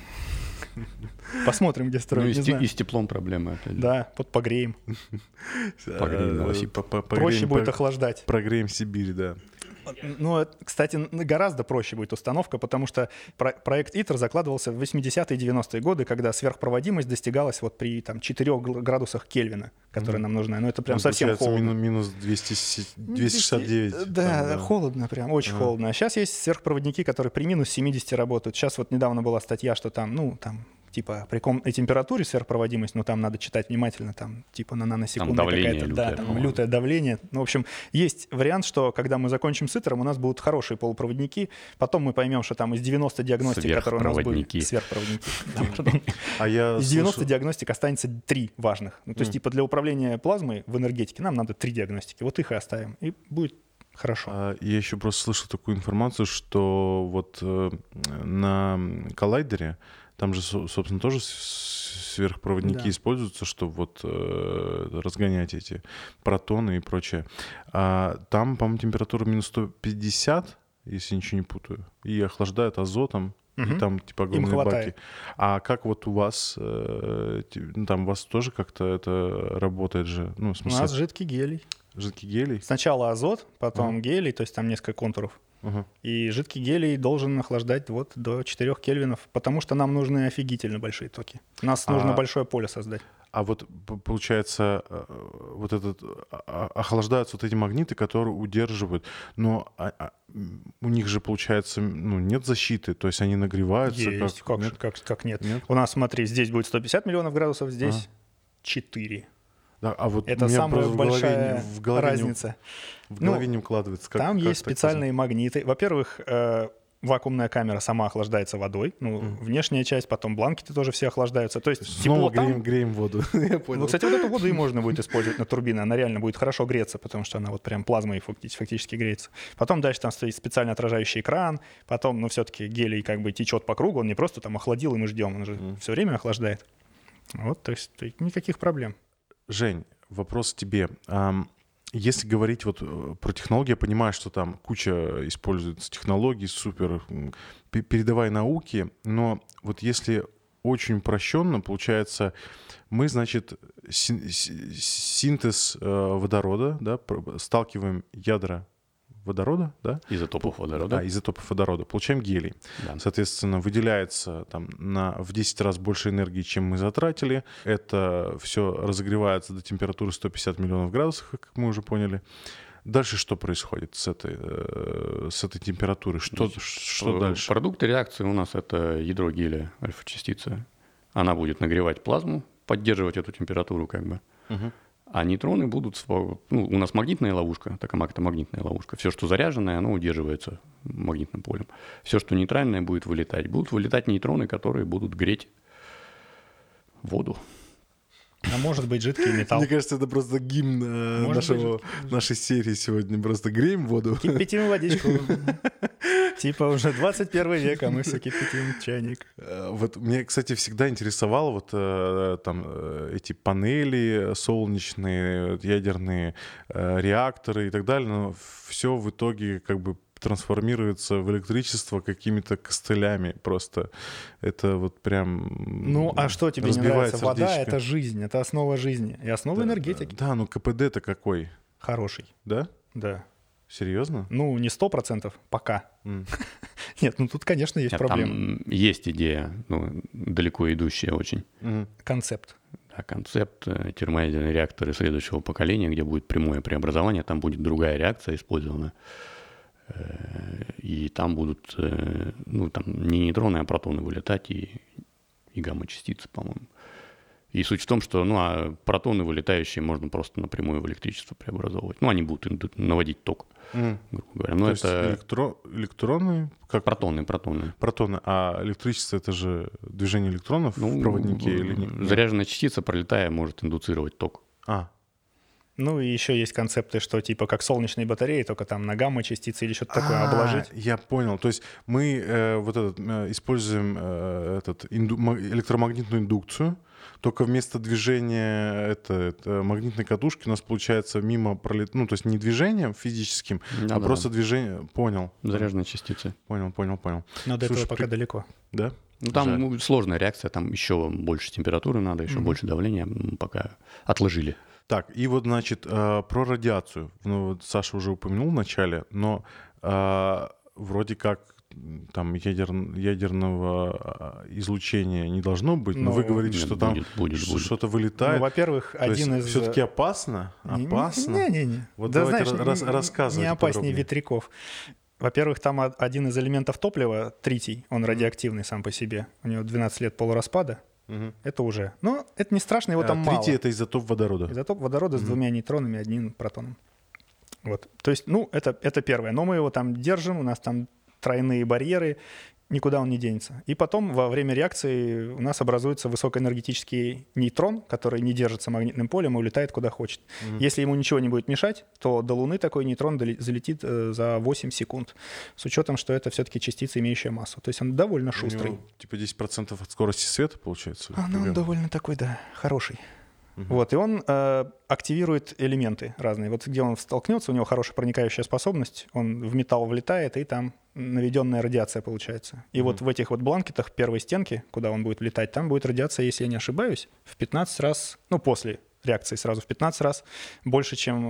Посмотрим, где строить. Ну, и, не с, знаю. и с теплом проблемы опять. Да, вот погреем. Погреем Новосибирск. Проще будет охлаждать. Прогреем Сибирь, да. Ну, кстати, гораздо проще будет установка, потому что про- проект ИТЕР закладывался в восьмидесятые и девяностые годы, когда сверхпроводимость достигалась вот при там, четырёх градусах Кельвина, которые mm-hmm. нам нужны. Ну, это прям ну, совсем холодно. Минус двести шестьдесят девять. Да, там, да, холодно прям, очень uh-huh. холодно. А сейчас есть сверхпроводники, которые при минус семидесяти работают. Сейчас вот недавно была статья, что там, ну, там типа при комнатной температуре сверхпроводимость, но там надо читать внимательно, там типа на наносекунды какая-то, лютое, да, там по-моему. лютое давление. Ну, в общем, есть вариант, что когда мы закончим с ИТЕРом, у нас будут хорошие полупроводники, потом мы поймем, что там из девяноста диагностик, которые у нас были... Сверхпроводники. Да, пардон. А я Из девяноста слышу- диагностик останется три важных. Ну, то есть, Мгм. типа, для управления плазмой в энергетике нам надо три диагностики. Вот их и оставим, и будет хорошо. А, Я еще просто слышал такую информацию, что вот э, на коллайдере там же, со- собственно, тоже с- сверхпроводники Да. используются, чтобы вот э, разгонять эти протоны и прочее. А там, по-моему, температура минус сто пятьдесят, если ничего не путаю, и охлаждают азотом. И Мгм. там типа Им огромные хватает. баки. А как вот у вас, э, ти- ну, там у вас тоже как-то это работает же? Ну, в У смысле, нас жидкий гелий. жидкий гелий? Сначала азот, потом Ага. гелий, то есть там несколько контуров. Ага. И жидкий гелий должен охлаждать вот до четырёх кельвинов, потому что нам нужны офигительно большие токи. Нас нужно А- большое поле создать. А вот п- получается, э, вот этот а- а- охлаждаются вот эти магниты, которые удерживают, но а- а, м, у них же получается, ну, нет защиты, то есть они нагреваются. Есть, как, нет? как, как нет. Нет? У нас, смотри, здесь будет сто пятьдесят миллионов градусов, здесь четыре. Да, а вот Это у меня самая просто в голове не- большая в голове не- разница. в Ну, голове не укладывается. Как- Там как есть так специальные магниты. Во-первых, э, вакуумная камера сама охлаждается водой. Ну, Мгм. внешняя часть, потом бланки тоже все охлаждаются. То есть можно? тепло Снова там... греем, греем воду. Я понял. Ну, кстати, вот эту воду и можно будет использовать на турбине. Она реально будет хорошо греться, потому что она вот прям плазмой факти- фактически греется. Потом дальше там стоит специально отражающий экран. Потом, ну, все-таки гелий как бы течет по кругу. Он не просто там охладил, и мы ждем. Он же Мгм. все время охлаждает. Вот, то есть то есть никаких проблем. Жень, вопрос к тебе. Ам, Если говорить вот э, про технологии, я понимаю, что там куча используется технологий, супер, м, пе- передовой науки, но вот если очень упрощенно, получается, мы, значит, син- си- синтез э, водорода, да, пр- сталкиваем ядра водорода, да, Изотопов водорода. да, изотопов водорода, получаем гелий. Да. Соответственно, выделяется там на, в десять раз больше энергии, чем мы затратили. Это все разогревается до температуры сто пятьдесят миллионов градусов, как мы уже поняли. Дальше что происходит с этой, э, с этой температурой? Что, что Э, дальше? Продукты реакции у нас это ядро гелия, альфа-частица. Она будет нагревать плазму, поддерживать эту температуру как бы. Мгм. А нейтроны будут... сво- Ну, у нас магнитная ловушка, токамак — это магнитная ловушка. Все, что заряженное, оно удерживается магнитным полем. Все, что нейтральное, будет вылетать. Будут вылетать нейтроны, которые будут греть воду. А может быть жидкий металл. Мне кажется, это просто гимн э, Может быть, нашего, нашей серии сегодня. Просто греем воду. Кипятим водичку. Типа уже двадцать первый век, а мы все кипятим чайник. Э, Вот мне, кстати, всегда интересовало вот э, там э, эти панели солнечные, вот ядерные э, реакторы и так далее, но все в итоге как бы трансформируется в электричество какими-то костылями. Просто это вот прям Ну, а что тебе не разбивает нравится? Вода — сердечко. это жизнь, это основа жизни. И основа Да, энергетики. Да, ну КПД-то какой? Хороший, Да? да. Серьезно? Ну, не сто процентов пока. М. Нет, ну тут, конечно, есть Нет, проблемы. там есть идея, ну, далеко идущая очень. Мгм. Концепт. Да, концепт э, термоядерные реакторы следующего поколения, где будет прямое преобразование, там будет другая реакция использована. Э, И там будут, э, ну, там не нейтроны, а протоны вылетать и, и гамма-частицы, по-моему. И суть в том, что, ну, а протоны вылетающие можно просто напрямую в электричество преобразовывать. Ну, они будут инду- наводить ток, М. грубо говоря. Но То есть это электро- электроны, как протоны, протоны. протоны, а электричество — это же движение электронов Ну, в проводнике или нет? заряженная частица, пролетая, может индуцировать ток. А, Ну, и еще есть концепты, что типа как солнечные батареи, только там на гамма-частицы или что-то такое А, обложить. Я понял. То есть мы э, вот этот, э, используем э, этот, инду- ма- электромагнитную индукцию, только вместо движения это, это магнитной катушки у нас получается мимо пролет... Ну, то есть не движением физическим, а Да-да. просто движение. Понял. Заряженные частицы. Понял, понял, понял. Но до Слушай, этого пока при- далеко. Да? Ну, там Жаль. ну, сложная реакция, там еще больше температуры надо, еще Мгм. больше давления, м, пока отложили. Так, и вот, значит, э, про радиацию. Ну, вот Саша уже упомянул в начале, но э, вроде как м, там ядер- ядерного э, излучения не должно быть, но Ну, вы говорите, Нет, что там будет, будет, ш- будет. что-то Ну, вылетает. во-первых, То один есть из... все-таки опасно? Опасно? Не-не-не. Вот да, давайте знаешь, рас- не- рассказывайте не опаснее подробнее. ветряков. Во-первых, там один из элементов топлива, тритий, он радиоактивный сам по себе. У него двенадцать лет полураспада. Угу. Это уже. Но это не страшно, его а, там мало. Тритий — это изотоп водорода. Изотоп водорода угу. с двумя нейтронами и одним протоном. Вот. То есть, ну, это, это первое. Но мы его там держим, у нас там тройные барьеры, никуда он не денется. И потом во время реакции у нас образуется высокоэнергетический нейтрон, который не держится магнитным полем и улетает куда хочет. Mm-hmm. Если ему ничего не будет мешать, то до Луны такой нейтрон залетит за восемь секунд. С учетом, что это все-таки частица, имеющая массу. То есть он довольно шустрый. У него типа десять процентов от скорости света получается? А, ну, он довольно такой, да, хороший. Uh-huh. Вот, и он э, активирует элементы разные. Вот где он столкнется, у него хорошая проникающая способность, он в металл влетает, и там наведенная радиация получается. И uh-huh. вот в этих вот бланкетах первой стенки, куда он будет летать, там будет радиация, если я не ошибаюсь, в пятнадцать раз, ну, после реакции сразу в пятнадцать раз больше, чем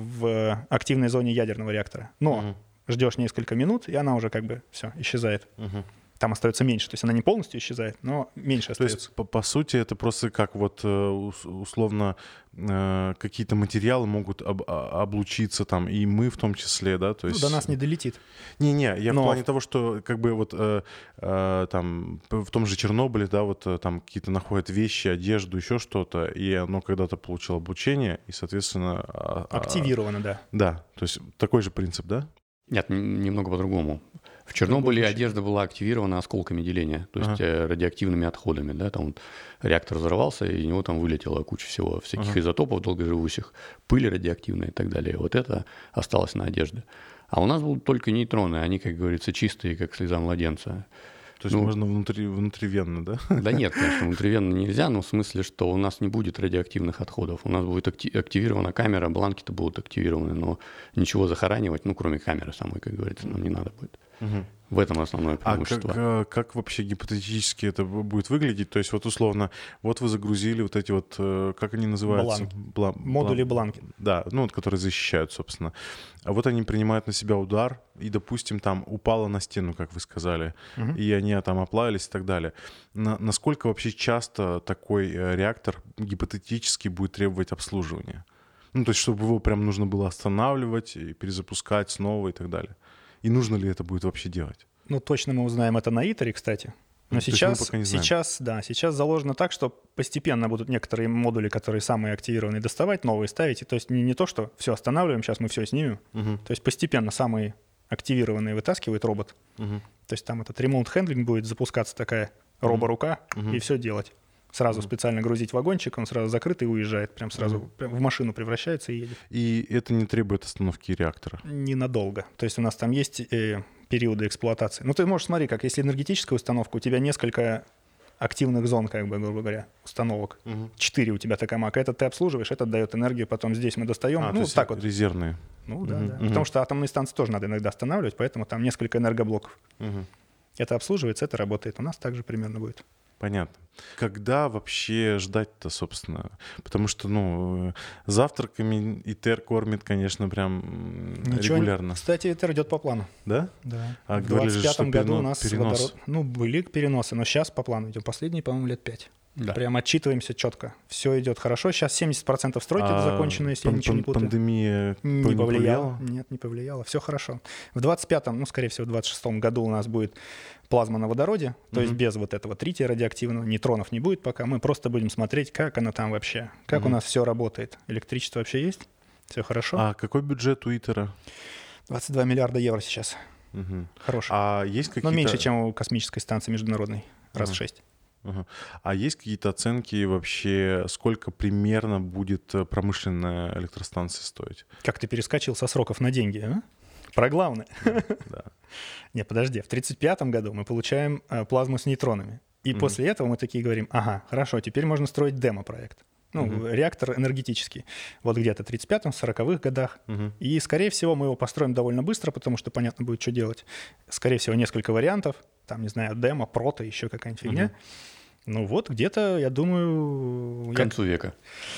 в активной зоне ядерного реактора. Но uh-huh. ждешь несколько минут, и она уже как бы все, исчезает. Uh-huh. Там остается меньше. То есть она не полностью исчезает, но меньше остается. То есть, по, по сути, это просто как вот условно какие-то материалы могут об, облучиться там, и мы в том числе, да? То есть... Ну, до нас не долетит. Не-не, я но... в плане того, что как бы вот э, э, там в том же Чернобыле, да, вот там какие-то находят вещи, одежду, еще что-то, и оно когда-то получило облучение, и, соответственно... Активировано, а, да. Да, то есть такой же принцип, да? Нет, немного по-другому. В Чернобыле одежда была активирована осколками деления, то есть ага. радиоактивными отходами. Да? Там реактор взорвался, и из него там вылетела куча всего, всяких ага. изотопов долгоживущих, пыль радиоактивная и так далее. Вот это осталось на одежде. А у нас будут только нейтроны, они, как говорится, чистые, как слеза младенца. То есть ну, можно внутри, внутривенно, да? Да нет, конечно, внутривенно нельзя, но в смысле, что у нас не будет радиоактивных отходов. У нас будет активирована камера, бланкеты будут активированы, но ничего захоранивать, ну, кроме камеры самой, как говорится, нам не надо будет. Угу. В этом основное преимущество. А как, как вообще гипотетически это будет выглядеть? То есть вот условно, вот вы загрузили вот эти вот, как они называются? Бланки. Бла- Модули бланки. Да, ну вот которые защищают, собственно. А вот они принимают на себя удар, и, допустим, там упало на стену, как вы сказали, угу. и они там оплавились и так далее. На, насколько вообще часто такой реактор гипотетически будет требовать обслуживания? Ну, то есть чтобы его прям нужно было останавливать и перезапускать снова и так далее. И нужно ли это будет вообще делать? Ну, точно мы узнаем это на ИТЕРе, кстати. Но То сейчас, сейчас, да, сейчас заложено так, что постепенно будут некоторые модули, которые самые активированные, доставать, новые ставить. И то есть не, не то, что все останавливаем, сейчас мы все снимем. Угу. То есть постепенно самые активированные вытаскивает робот. Угу. То есть там этот ремоут-хендлинг будет запускаться такая роборука угу. и все делать. Сразу mm-hmm. специально грузить вагончик, он сразу закрыт и уезжает. Прям сразу mm-hmm. прям в машину превращается и едет. И это не требует остановки реактора? Ненадолго. То есть у нас там есть э, периоды эксплуатации. Ну ты можешь, смотри, как если энергетическая установка, у тебя несколько активных зон, как бы, грубо говоря, установок. Четыре mm-hmm. у тебя токамака. Этот ты обслуживаешь, этот дает энергию, потом здесь мы достаем. А, ну, то есть так вот. Резервные. Ну да, mm-hmm. да. Mm-hmm. Потому что атомные станции тоже надо иногда останавливать, поэтому там несколько энергоблоков. Mm-hmm. Это обслуживается, это работает. У нас также примерно будет. Понятно. Когда вообще ждать-то, собственно? Потому что, ну, завтраками ИТЕР кормит, конечно, прям Ничего регулярно. Не... Кстати, ИТЕР идет по плану. Да? Да. А в двадцать пятом году у нас перенос. водород... Ну, были переносы, но сейчас по плану идем. Последние, по-моему, лет пять. Да. Прям отчитываемся четко. Все идет хорошо. Сейчас семьдесят процентов стройки а закончено, если пан- я ничего не путаю. Пандемия не повлияла? повлияла? Нет, не повлияла. Все хорошо. В двадцать пятом, ну, скорее всего, в двадцать шестом году у нас будет плазма на водороде, то mm-hmm. есть без вот этого трития радиоактивного, нейтронов не будет пока. Мы просто будем смотреть, как она там вообще, как mm-hmm. у нас все работает. Электричество вообще есть? Все хорошо. А какой бюджет у ИТЕРа? двадцать два миллиарда евро сейчас. Mm-hmm. Хороший. А есть какие-то... Но меньше, чем у космической станции международной. Раз в шесть. Uh-huh. А есть какие-то оценки вообще, сколько примерно будет промышленная электростанция стоить? Как ты перескочил со сроков на деньги, а? Про главное. Да. Не, подожди, в тридцать пятом году мы получаем плазму с нейтронами. И mm-hmm. после этого мы такие говорим, ага, хорошо, теперь можно строить демо-проект. Ну, mm-hmm. реактор энергетический. Вот где-то в тридцать пятом, сороковых годах. Mm-hmm. И, скорее всего, мы его построим довольно быстро, потому что понятно будет, что делать. Скорее всего, несколько вариантов. Там, не знаю, демо, прото, еще какая-нибудь фигня. Mm-hmm. Ну вот, где-то, я думаю... К концу я... века.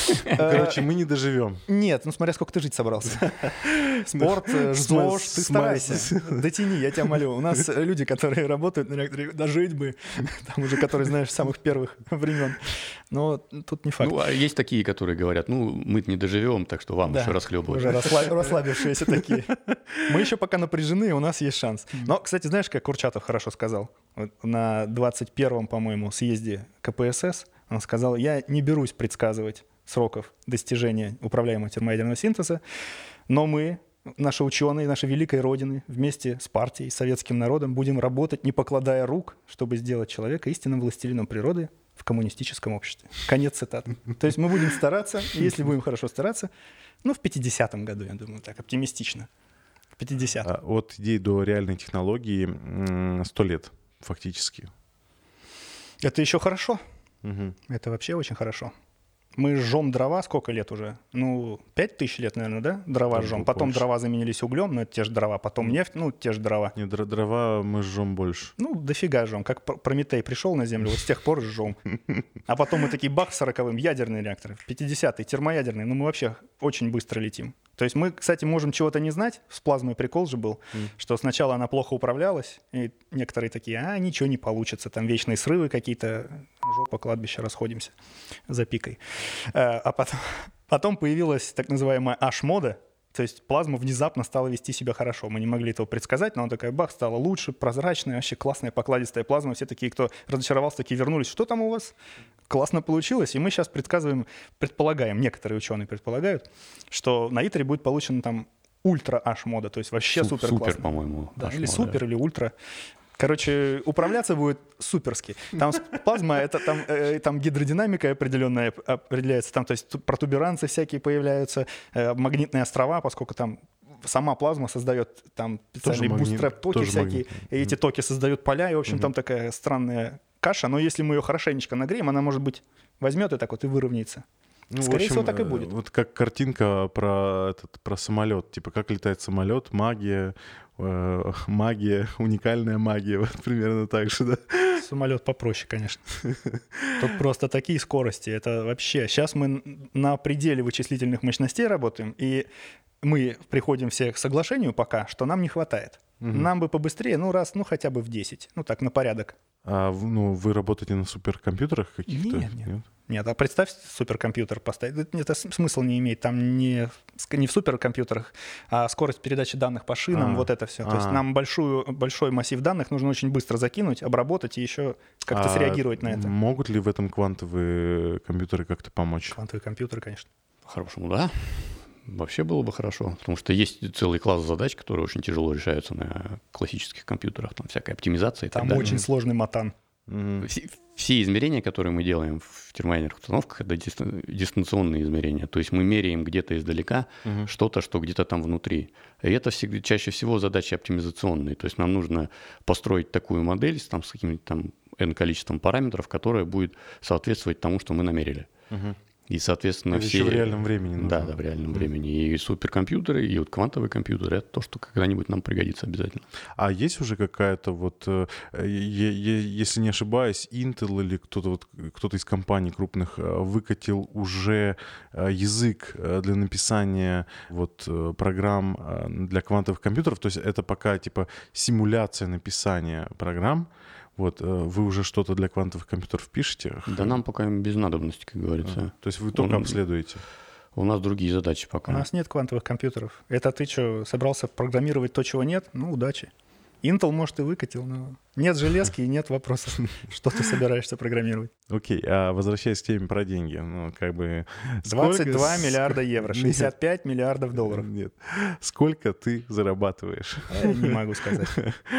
Короче, мы не доживем. Нет, ну смотря сколько ты жить собрался. Спорт, ЗОЖ, ты старайся. Дотяни, я тебя молю. У нас люди, которые работают на реакторе, дожить бы, там уже, которые, знаешь, с самых первых времен. Но тут не факт. Ну, а есть такие, которые говорят, ну, мы не доживем, так что вам Да, еще расхлебывать. уже расслаб- расслабившиеся такие. Мы еще пока напряжены, у нас есть шанс. Но, кстати, знаешь, как Курчатов хорошо сказал? Вот на двадцать первом, по-моему, съезде ка пэ эс эс он сказал, я не берусь предсказывать сроков достижения управляемого термоядерного синтеза, но мы, наши ученые, нашей великой Родины, вместе с партией, советским народом будем работать, не покладая рук, чтобы сделать человека истинным властелином природы в коммунистическом обществе. Конец цитаты. То есть мы будем стараться, и если будем хорошо стараться, ну, в пятидесятом году, я думаю, так оптимистично. В пятидесятом. От идеи до реальной технологии сто лет фактически. Это еще хорошо. Угу. Это вообще очень хорошо. Мы жжем дрова сколько лет уже? Ну, пять тысяч лет, наверное, да? Дрова Там жжем. больше. Потом дрова заменились углем, но это те же дрова. Потом нефть, ну, те же дрова. Не, др- дрова мы жжем больше. Ну, дофига жжем. Как Пр- Прометей пришел на Землю, вот с тех пор жжем. А потом мы такие бах, сороковым, ядерные реакторы. В пятидесятые, термоядерные. Ну, мы вообще очень быстро летим. То есть мы, кстати, можем чего-то не знать. С плазмой прикол же был, Mm. что сначала она плохо управлялась, и некоторые такие, а, ничего не получится, там вечные срывы какие-то, жопа, кладбище, расходимся за пикой. А а потом, потом появилась так называемая H-мода, то есть плазма внезапно стала вести себя хорошо. Мы не могли этого предсказать, но она такая, бах, стала лучше, прозрачная, вообще классная, покладистая плазма. Все такие, кто разочаровался, такие вернулись. Что там у вас? Классно получилось. И мы сейчас предсказываем, предполагаем, некоторые ученые предполагают, что на ИТРе будет получена там ультра H-мода, то есть вообще Су- супер Супер, классно. по-моему. Да, H-мода. или супер, или ультра. Короче, управляться будет суперски. Там с- плазма, это там, э, там гидродинамика определенная определяется, там, то есть тут протуберанцы всякие появляются, э, магнитные острова, поскольку там сама плазма создает там специальные магнит- бустрэп-токи тоже всякие, магнитные. и эти токи создают поля, и, в общем, Мгм. там такая странная каша, но если мы ее хорошенечко нагреем, она, может быть, возьмет и так вот и выровняется. Ну, Скорее в общем, всего, так и э, будет. Вот как картинка про, этот, про самолет. Типа, как летает самолет, магия, э, магия, уникальная магия. Вот примерно так же, да? Самолет попроще, конечно. Тут просто такие скорости. Это вообще... Сейчас мы на пределе вычислительных мощностей работаем, и мы приходим все к соглашению пока, что нам не хватает. Мгм. Нам бы побыстрее, ну раз, ну хотя бы в десять. Ну так, на порядок. А в- ну, вы работаете на суперкомпьютерах каких-то? Нет, нет. Нет, а представь, суперкомпьютер поставить. Это, это смысл не имеет. Там не, в- не в суперкомпьютерах, а скорость передачи данных по шинам, А, вот это все. То есть а. нам большую, большой массив данных нужно очень быстро закинуть, обработать и еще как-то А среагировать на это. Могут ли в этом квантовые компьютеры как-то помочь? Квантовые компьютеры, конечно. По-хорошему, да. Вообще было бы хорошо, потому что есть целый класс задач, которые очень тяжело решаются на классических компьютерах, там всякая оптимизация и Там так далее. очень сложный матан. Мгм. Все, все измерения, которые мы делаем в термоядерных установках, это дистан- дистанционные измерения. То есть мы меряем где-то издалека Мгм. что-то, что где-то там внутри. И это всегда, чаще всего задачи оптимизационные. То есть нам нужно построить такую модель с, там, с каким-нибудь там n количеством параметров, которая будет соответствовать тому, что мы намерили. Мгм. И, соответственно, Это все... еще в реальном времени нужно. Да, да, в реальном времени. И суперкомпьютеры, и вот квантовые компьютеры — это то, что когда-нибудь нам пригодится обязательно. А есть уже какая-то вот, э, е- е- если не ошибаюсь, Intel или кто-то вот, кто-то из компаний крупных э, выкатил уже э, язык э, для написания вот э, программ э, для квантовых компьютеров. То есть это пока типа симуляция написания программ. Вот, э, вы уже что-то для квантовых компьютеров пишете? Да нам пока без надобности, как говорится. То есть вы только Он- обследуете? У нас другие задачи пока. У нас нет квантовых компьютеров. Это ты что, собрался программировать то, чего нет? Ну, удачи. Intel, может, и выкатил, но нет железки и нет вопросов, что ты собираешься программировать. Окей, а возвращаясь к теме про деньги, ну, как бы... двадцать два сколько- миллиарда евро, Нет. шестьдесят пять миллиардов долларов. Нет. Сколько ты зарабатываешь? Я не могу сказать.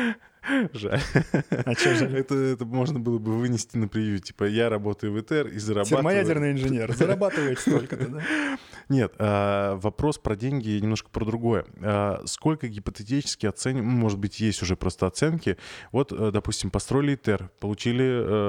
Жаль. А что же? Это, это можно было бы вынести на превью. Типа, я работаю в ИТЕР и зарабатываю... Термоядерный инженер зарабатывает столько-то, да? Нет, а, вопрос про деньги немножко про другое. А, сколько гипотетически оценим, ну, может быть, есть уже просто оценки. Вот, э, допустим, построили ИТЕР, получили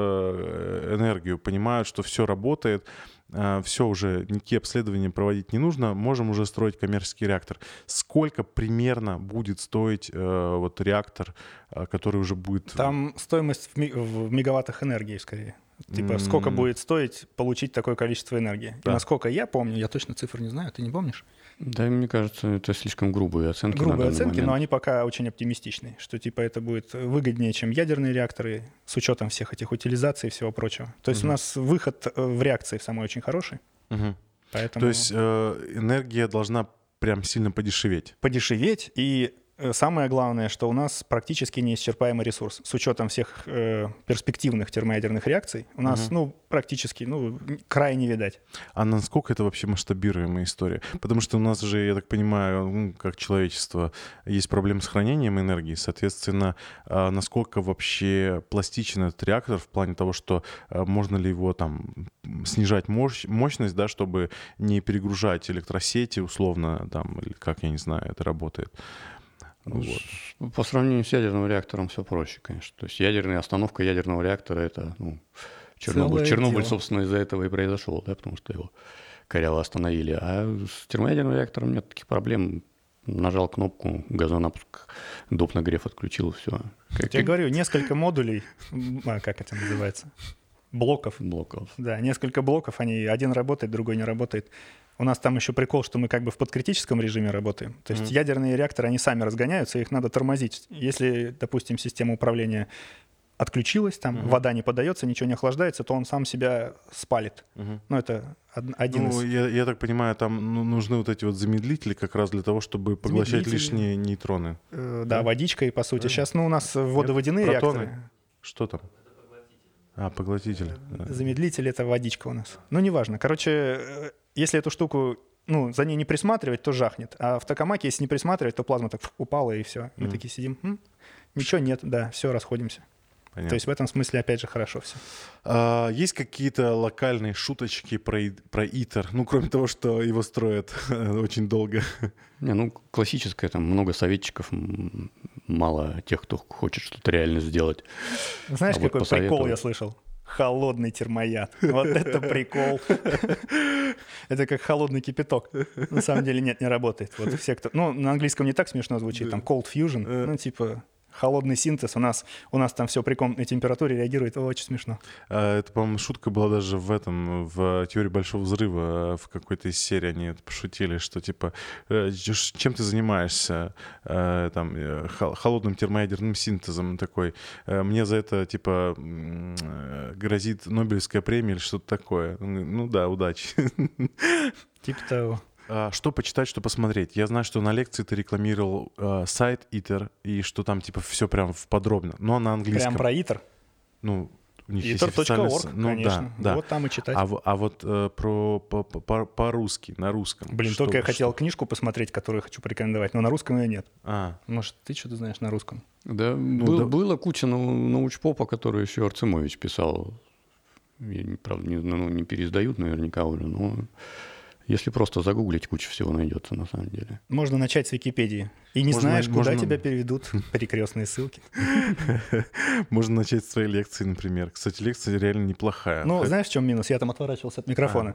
э, энергию, понимают, что все работает, все уже, никакие обследования проводить не нужно, можем уже строить коммерческий реактор. Сколько примерно будет стоить э, вот реактор, э, который уже будет... Там стоимость в ми- в мегаваттах энергии, скорее. Типа, mm. сколько будет стоить получить такое количество энергии. Да. И насколько я помню, я точно цифр не знаю, ты не помнишь? Да, мне кажется, это слишком грубые оценки. Грубые оценки, момент. Но они пока очень оптимистичные, что типа это будет выгоднее, чем ядерные реакторы, с учетом всех этих утилизаций и всего прочего. То есть mm. у нас выход в реакции в самой очень хороший. Mm-hmm. Поэтому... То есть э, энергия должна прям сильно подешеветь? Подешеветь, и самое главное, что у нас практически неисчерпаемый ресурс. С учетом всех э, перспективных термоядерных реакций у нас угу. ну, практически ну, крайне видать. А насколько это вообще масштабируемая история? Потому что у нас же, я так понимаю, ну, как человечество, есть проблемы с хранением энергии. Соответственно, э, насколько вообще пластичен этот реактор в плане того, что э, можно ли его там снижать мощь, мощность, да, чтобы не перегружать электросети условно, там, или как, я не знаю, это работает. Вот. По сравнению с ядерным реактором все проще, конечно. То есть ядерная остановка ядерного реактора — это ну, Чернобыль. Чернобыль, собственно, из-за этого и произошел, да, потому что его коряво остановили. А с термоядерным реактором нет таких проблем. Нажал кнопку, газонапуск, доп. Нагрев отключил, все. Как... Я говорю, несколько модулей, а как это называется? Блоков. Блоков. Да, несколько блоков, они один работает, другой не работает. У нас там еще прикол, что мы как бы в подкритическом режиме работаем. То есть mm-hmm. ядерные реакторы, они сами разгоняются, их надо тормозить. Если, допустим, система управления отключилась, там mm-hmm. вода не подается, ничего не охлаждается, то он сам себя спалит. Mm-hmm. Ну, это один ну, из... Я, я так понимаю, там нужны вот эти вот замедлители как раз для того, чтобы поглощать лишние нейтроны. Э, да, да, водичкой, по сути. Сейчас, ну, у нас водоводяные Нет, реакторы. Протоны. Что там? А, поглотитель. Замедлитель — это водичка у нас. Ну, неважно. Короче, если эту штуку, ну, за ней не присматривать, то жахнет. А в токамаке, если не присматривать, то плазма так упала, и все. Мы mm. такие сидим. М-м, ничего нет, да, все, расходимся. Понятно. То есть в этом смысле, опять же, хорошо все. А, есть какие-то локальные шуточки про, про ИТЕР? Ну, кроме того, что его строят очень долго. Не, ну, классическое, там много советчиков, мало тех, кто хочет что-то реально сделать. Знаешь, а какой вот прикол я слышал? Холодный термояд. Вот это прикол. Это как холодный кипяток. На самом деле нет, не работает. Вот все, кто... Ну, на английском не так смешно звучит, там cold fusion, ну, типа... Холодный синтез. У нас, у нас там все при комнатной температуре реагирует. О, очень смешно. Это, по-моему, шутка была даже в этом, в «Теории большого взрыва», в какой-то из серий они пошутили, что типа, чем ты занимаешься? Там, холодным термоядерным синтезом такой. Мне за это, типа, грозит Нобелевская премия или что-то такое. Ну да, удачи. Типа того. Что почитать, что посмотреть? Я знаю, что на лекции ты рекламировал э, сайт ИТЕР, и что там типа все прям подробно, но на английском. Прям про ИТЕР? Ну, у них итер точка орг, ну, конечно. Да, да. Вот там и читать. А, а вот э, про, по, по, по-русски, на русском. Блин, что, только я что? хотел книжку посмотреть, которую хочу порекомендовать, но на русском ее нет. А. Может, ты что-то знаешь на русском? Да, ну, был, да. Было куча научпопа, который еще Арцемович писал. Я, правда, не, ну, не переиздают наверняка уже, но... Если просто загуглить, куча всего найдется на самом деле. Можно начать с Википедии. И не можно, знаешь, куда можно... тебя переведут перекрестные ссылки. Можно начать с своей лекции, например. Кстати, лекция реально неплохая. Ну, знаешь, в чем минус? Я там отворачивался от микрофона.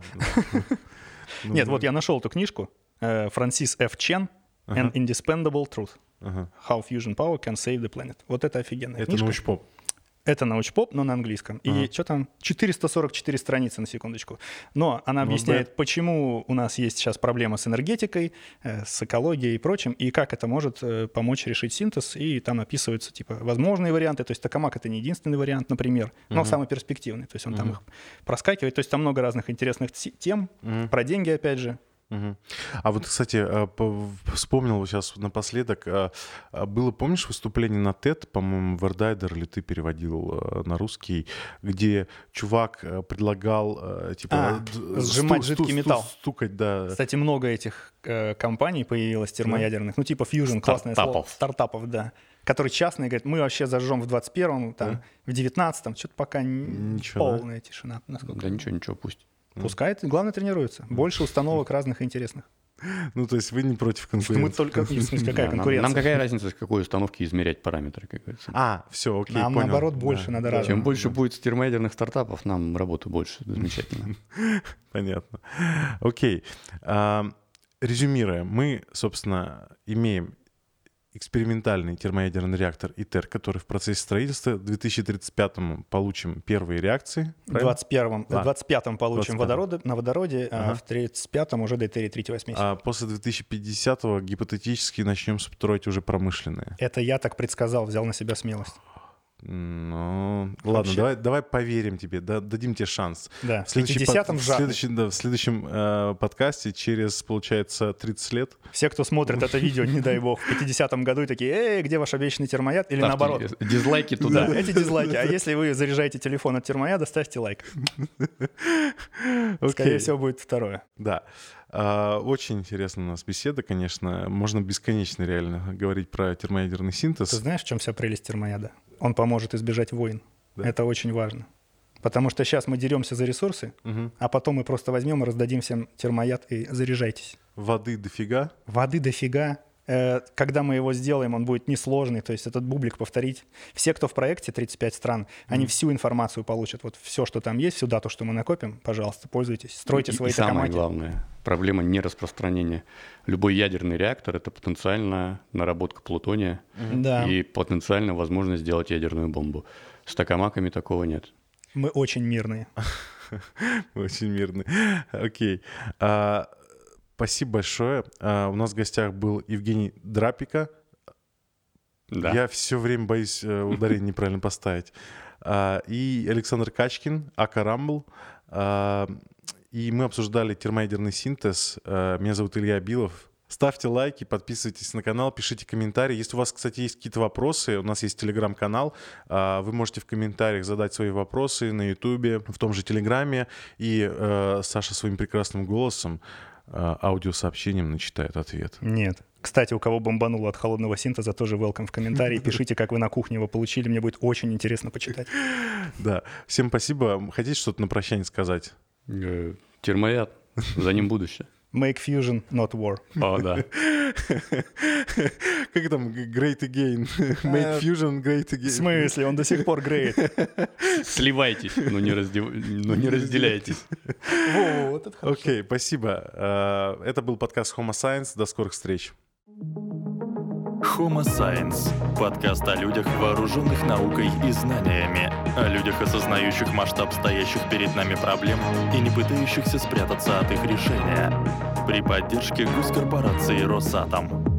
Нет, вот я нашел эту книжку. Франсис Ф. Чен «An Indispensable Truth. How Fusion Power Can Save the Planet». Вот это офигенная книжка. Это научпоп. Это научпоп, но на английском. И uh-huh. что там? четыреста сорок четыре страницы, на секундочку. Но она объясняет, ну, да. почему у нас есть сейчас проблема с энергетикой, э, с экологией и прочим, и как это может э, помочь решить синтез. И там описываются типа возможные варианты. То есть токамак — это не единственный вариант, например, но uh-huh. самый перспективный. То есть он uh-huh. там их проскакивает. То есть там много разных интересных тем. Uh-huh. Про деньги, опять же. Угу. А вот, кстати, вспомнил сейчас напоследок, было, помнишь, выступление на TED, по-моему, Вердайдер, или ты переводил на русский, где чувак предлагал типа а, сжимать сту- жидкий сту- металл. Стукать, да. Кстати, много этих э, компаний появилось термоядерных, да. ну типа Fusion, классное слово. Стартапов, да. Которые частные, говорят, мы вообще зажжем в двадцать первом, там, да. в девятнадцатом, что-то пока ничего, полная да? тишина. Насколько да ничего, ничего, пусть. Пускай, главное, тренируется. Больше установок разных интересных. Ну, то есть вы не против конкуренции? Мы только... В смысле, какая конкуренция? Нам какая разница, с какой установки измерять параметры, как говорится. А, все, окей, Нам, понял. наоборот, больше надо разных. Чем больше будет термоядерных стартапов, нам работы больше. Замечательно. Понятно. Окей. Резюмируя, мы, собственно, имеем экспериментальный термоядерный реактор ИТЕР, который в процессе строительства. В две тысячи тридцать пятом получим первые реакции. В двадцать первом, Да. в двадцать пятом получим двадцать пятом. водороды, на водороде, Ага. а в тридцать пятом уже дейтерий триста восемьдесят. А после две тысячи пятидесятого гипотетически начнем строить уже промышленные. Это я так предсказал, взял на себя смелость. Ну, ладно, Вообще. давай, давай поверим тебе, да, дадим тебе шанс. Да, В в следующий пятидесятом под- в жахнет. следующем, да, в следующем э, подкасте через, получается, тридцать лет. Все, кто смотрит это видео, не дай бог, в пятидесятом году и такие, эй, где ваш обещанный термояд? Или Ставьте наоборот. Дизлайки Да, туда. эти дизлайки. А если вы заряжаете телефон от термояда, ставьте лайк. Скорее Окей. всего, будет второе. Да. А, очень интересная у нас беседа, конечно. Можно бесконечно реально говорить про термоядерный синтез. Ты знаешь, в чем вся прелесть термояда? Он поможет избежать войн. Да. Это очень важно. Потому что сейчас мы деремся за ресурсы, Мгм. а потом мы просто возьмем и раздадим всем термояд и заряжайтесь. Воды дофига. Воды дофига. Э, Когда мы его сделаем, он будет несложный. То есть этот бублик повторить. Все, кто в проекте, тридцать пять стран, они всю информацию получат. Вот все, что там есть, всю дату, что мы накопим, пожалуйста, пользуйтесь. Стройте И- свои и самое токамаки. главное, проблема нераспространения. Любой ядерный реактор — это потенциальная наработка плутония Да, и потенциально возможность сделать ядерную бомбу. С токамаками такого нет. мы очень мирные. Очень мирный. Окей. А, спасибо большое. А, у нас в гостях был Евгений Драпика. Да. Я все время боюсь э, ударение неправильно поставить. А, и Александр Качкин, Ака Рамбл. А, и мы обсуждали термоядерный синтез. А, меня зовут Илья Билов. Ставьте лайки, подписывайтесь на канал, пишите комментарии. Если у вас, кстати, есть какие-то вопросы, у нас есть телеграм-канал, а, вы можете в комментариях задать свои вопросы на ютубе, в том же телеграме. И э, Саша своим прекрасным голосом, э, аудиосообщением начитает ответ. Нет. Кстати, у кого бомбануло от холодного синтеза, тоже welcome в комментарии. Пишите, как вы на кухне его получили. Мне будет очень интересно почитать. Да. Всем спасибо. Хотите что-то на прощание сказать? Э, Термояд, за ним будущее. Make fusion, not war. О, да. Как там? Great again. Make fusion great again. В смысле? Он до сих пор греет. Сливайтесь, но не, раздев- но не разделяйтесь. Вот, это хорошо. Окей, спасибо. Э, Это был подкаст Homo Science. До скорых встреч. Homo Science – подкаст о людях, вооруженных наукой и знаниями, о людях, осознающих масштаб стоящих перед нами проблем и не пытающихся спрятаться от их решения. При поддержке госкорпорации «Росатом».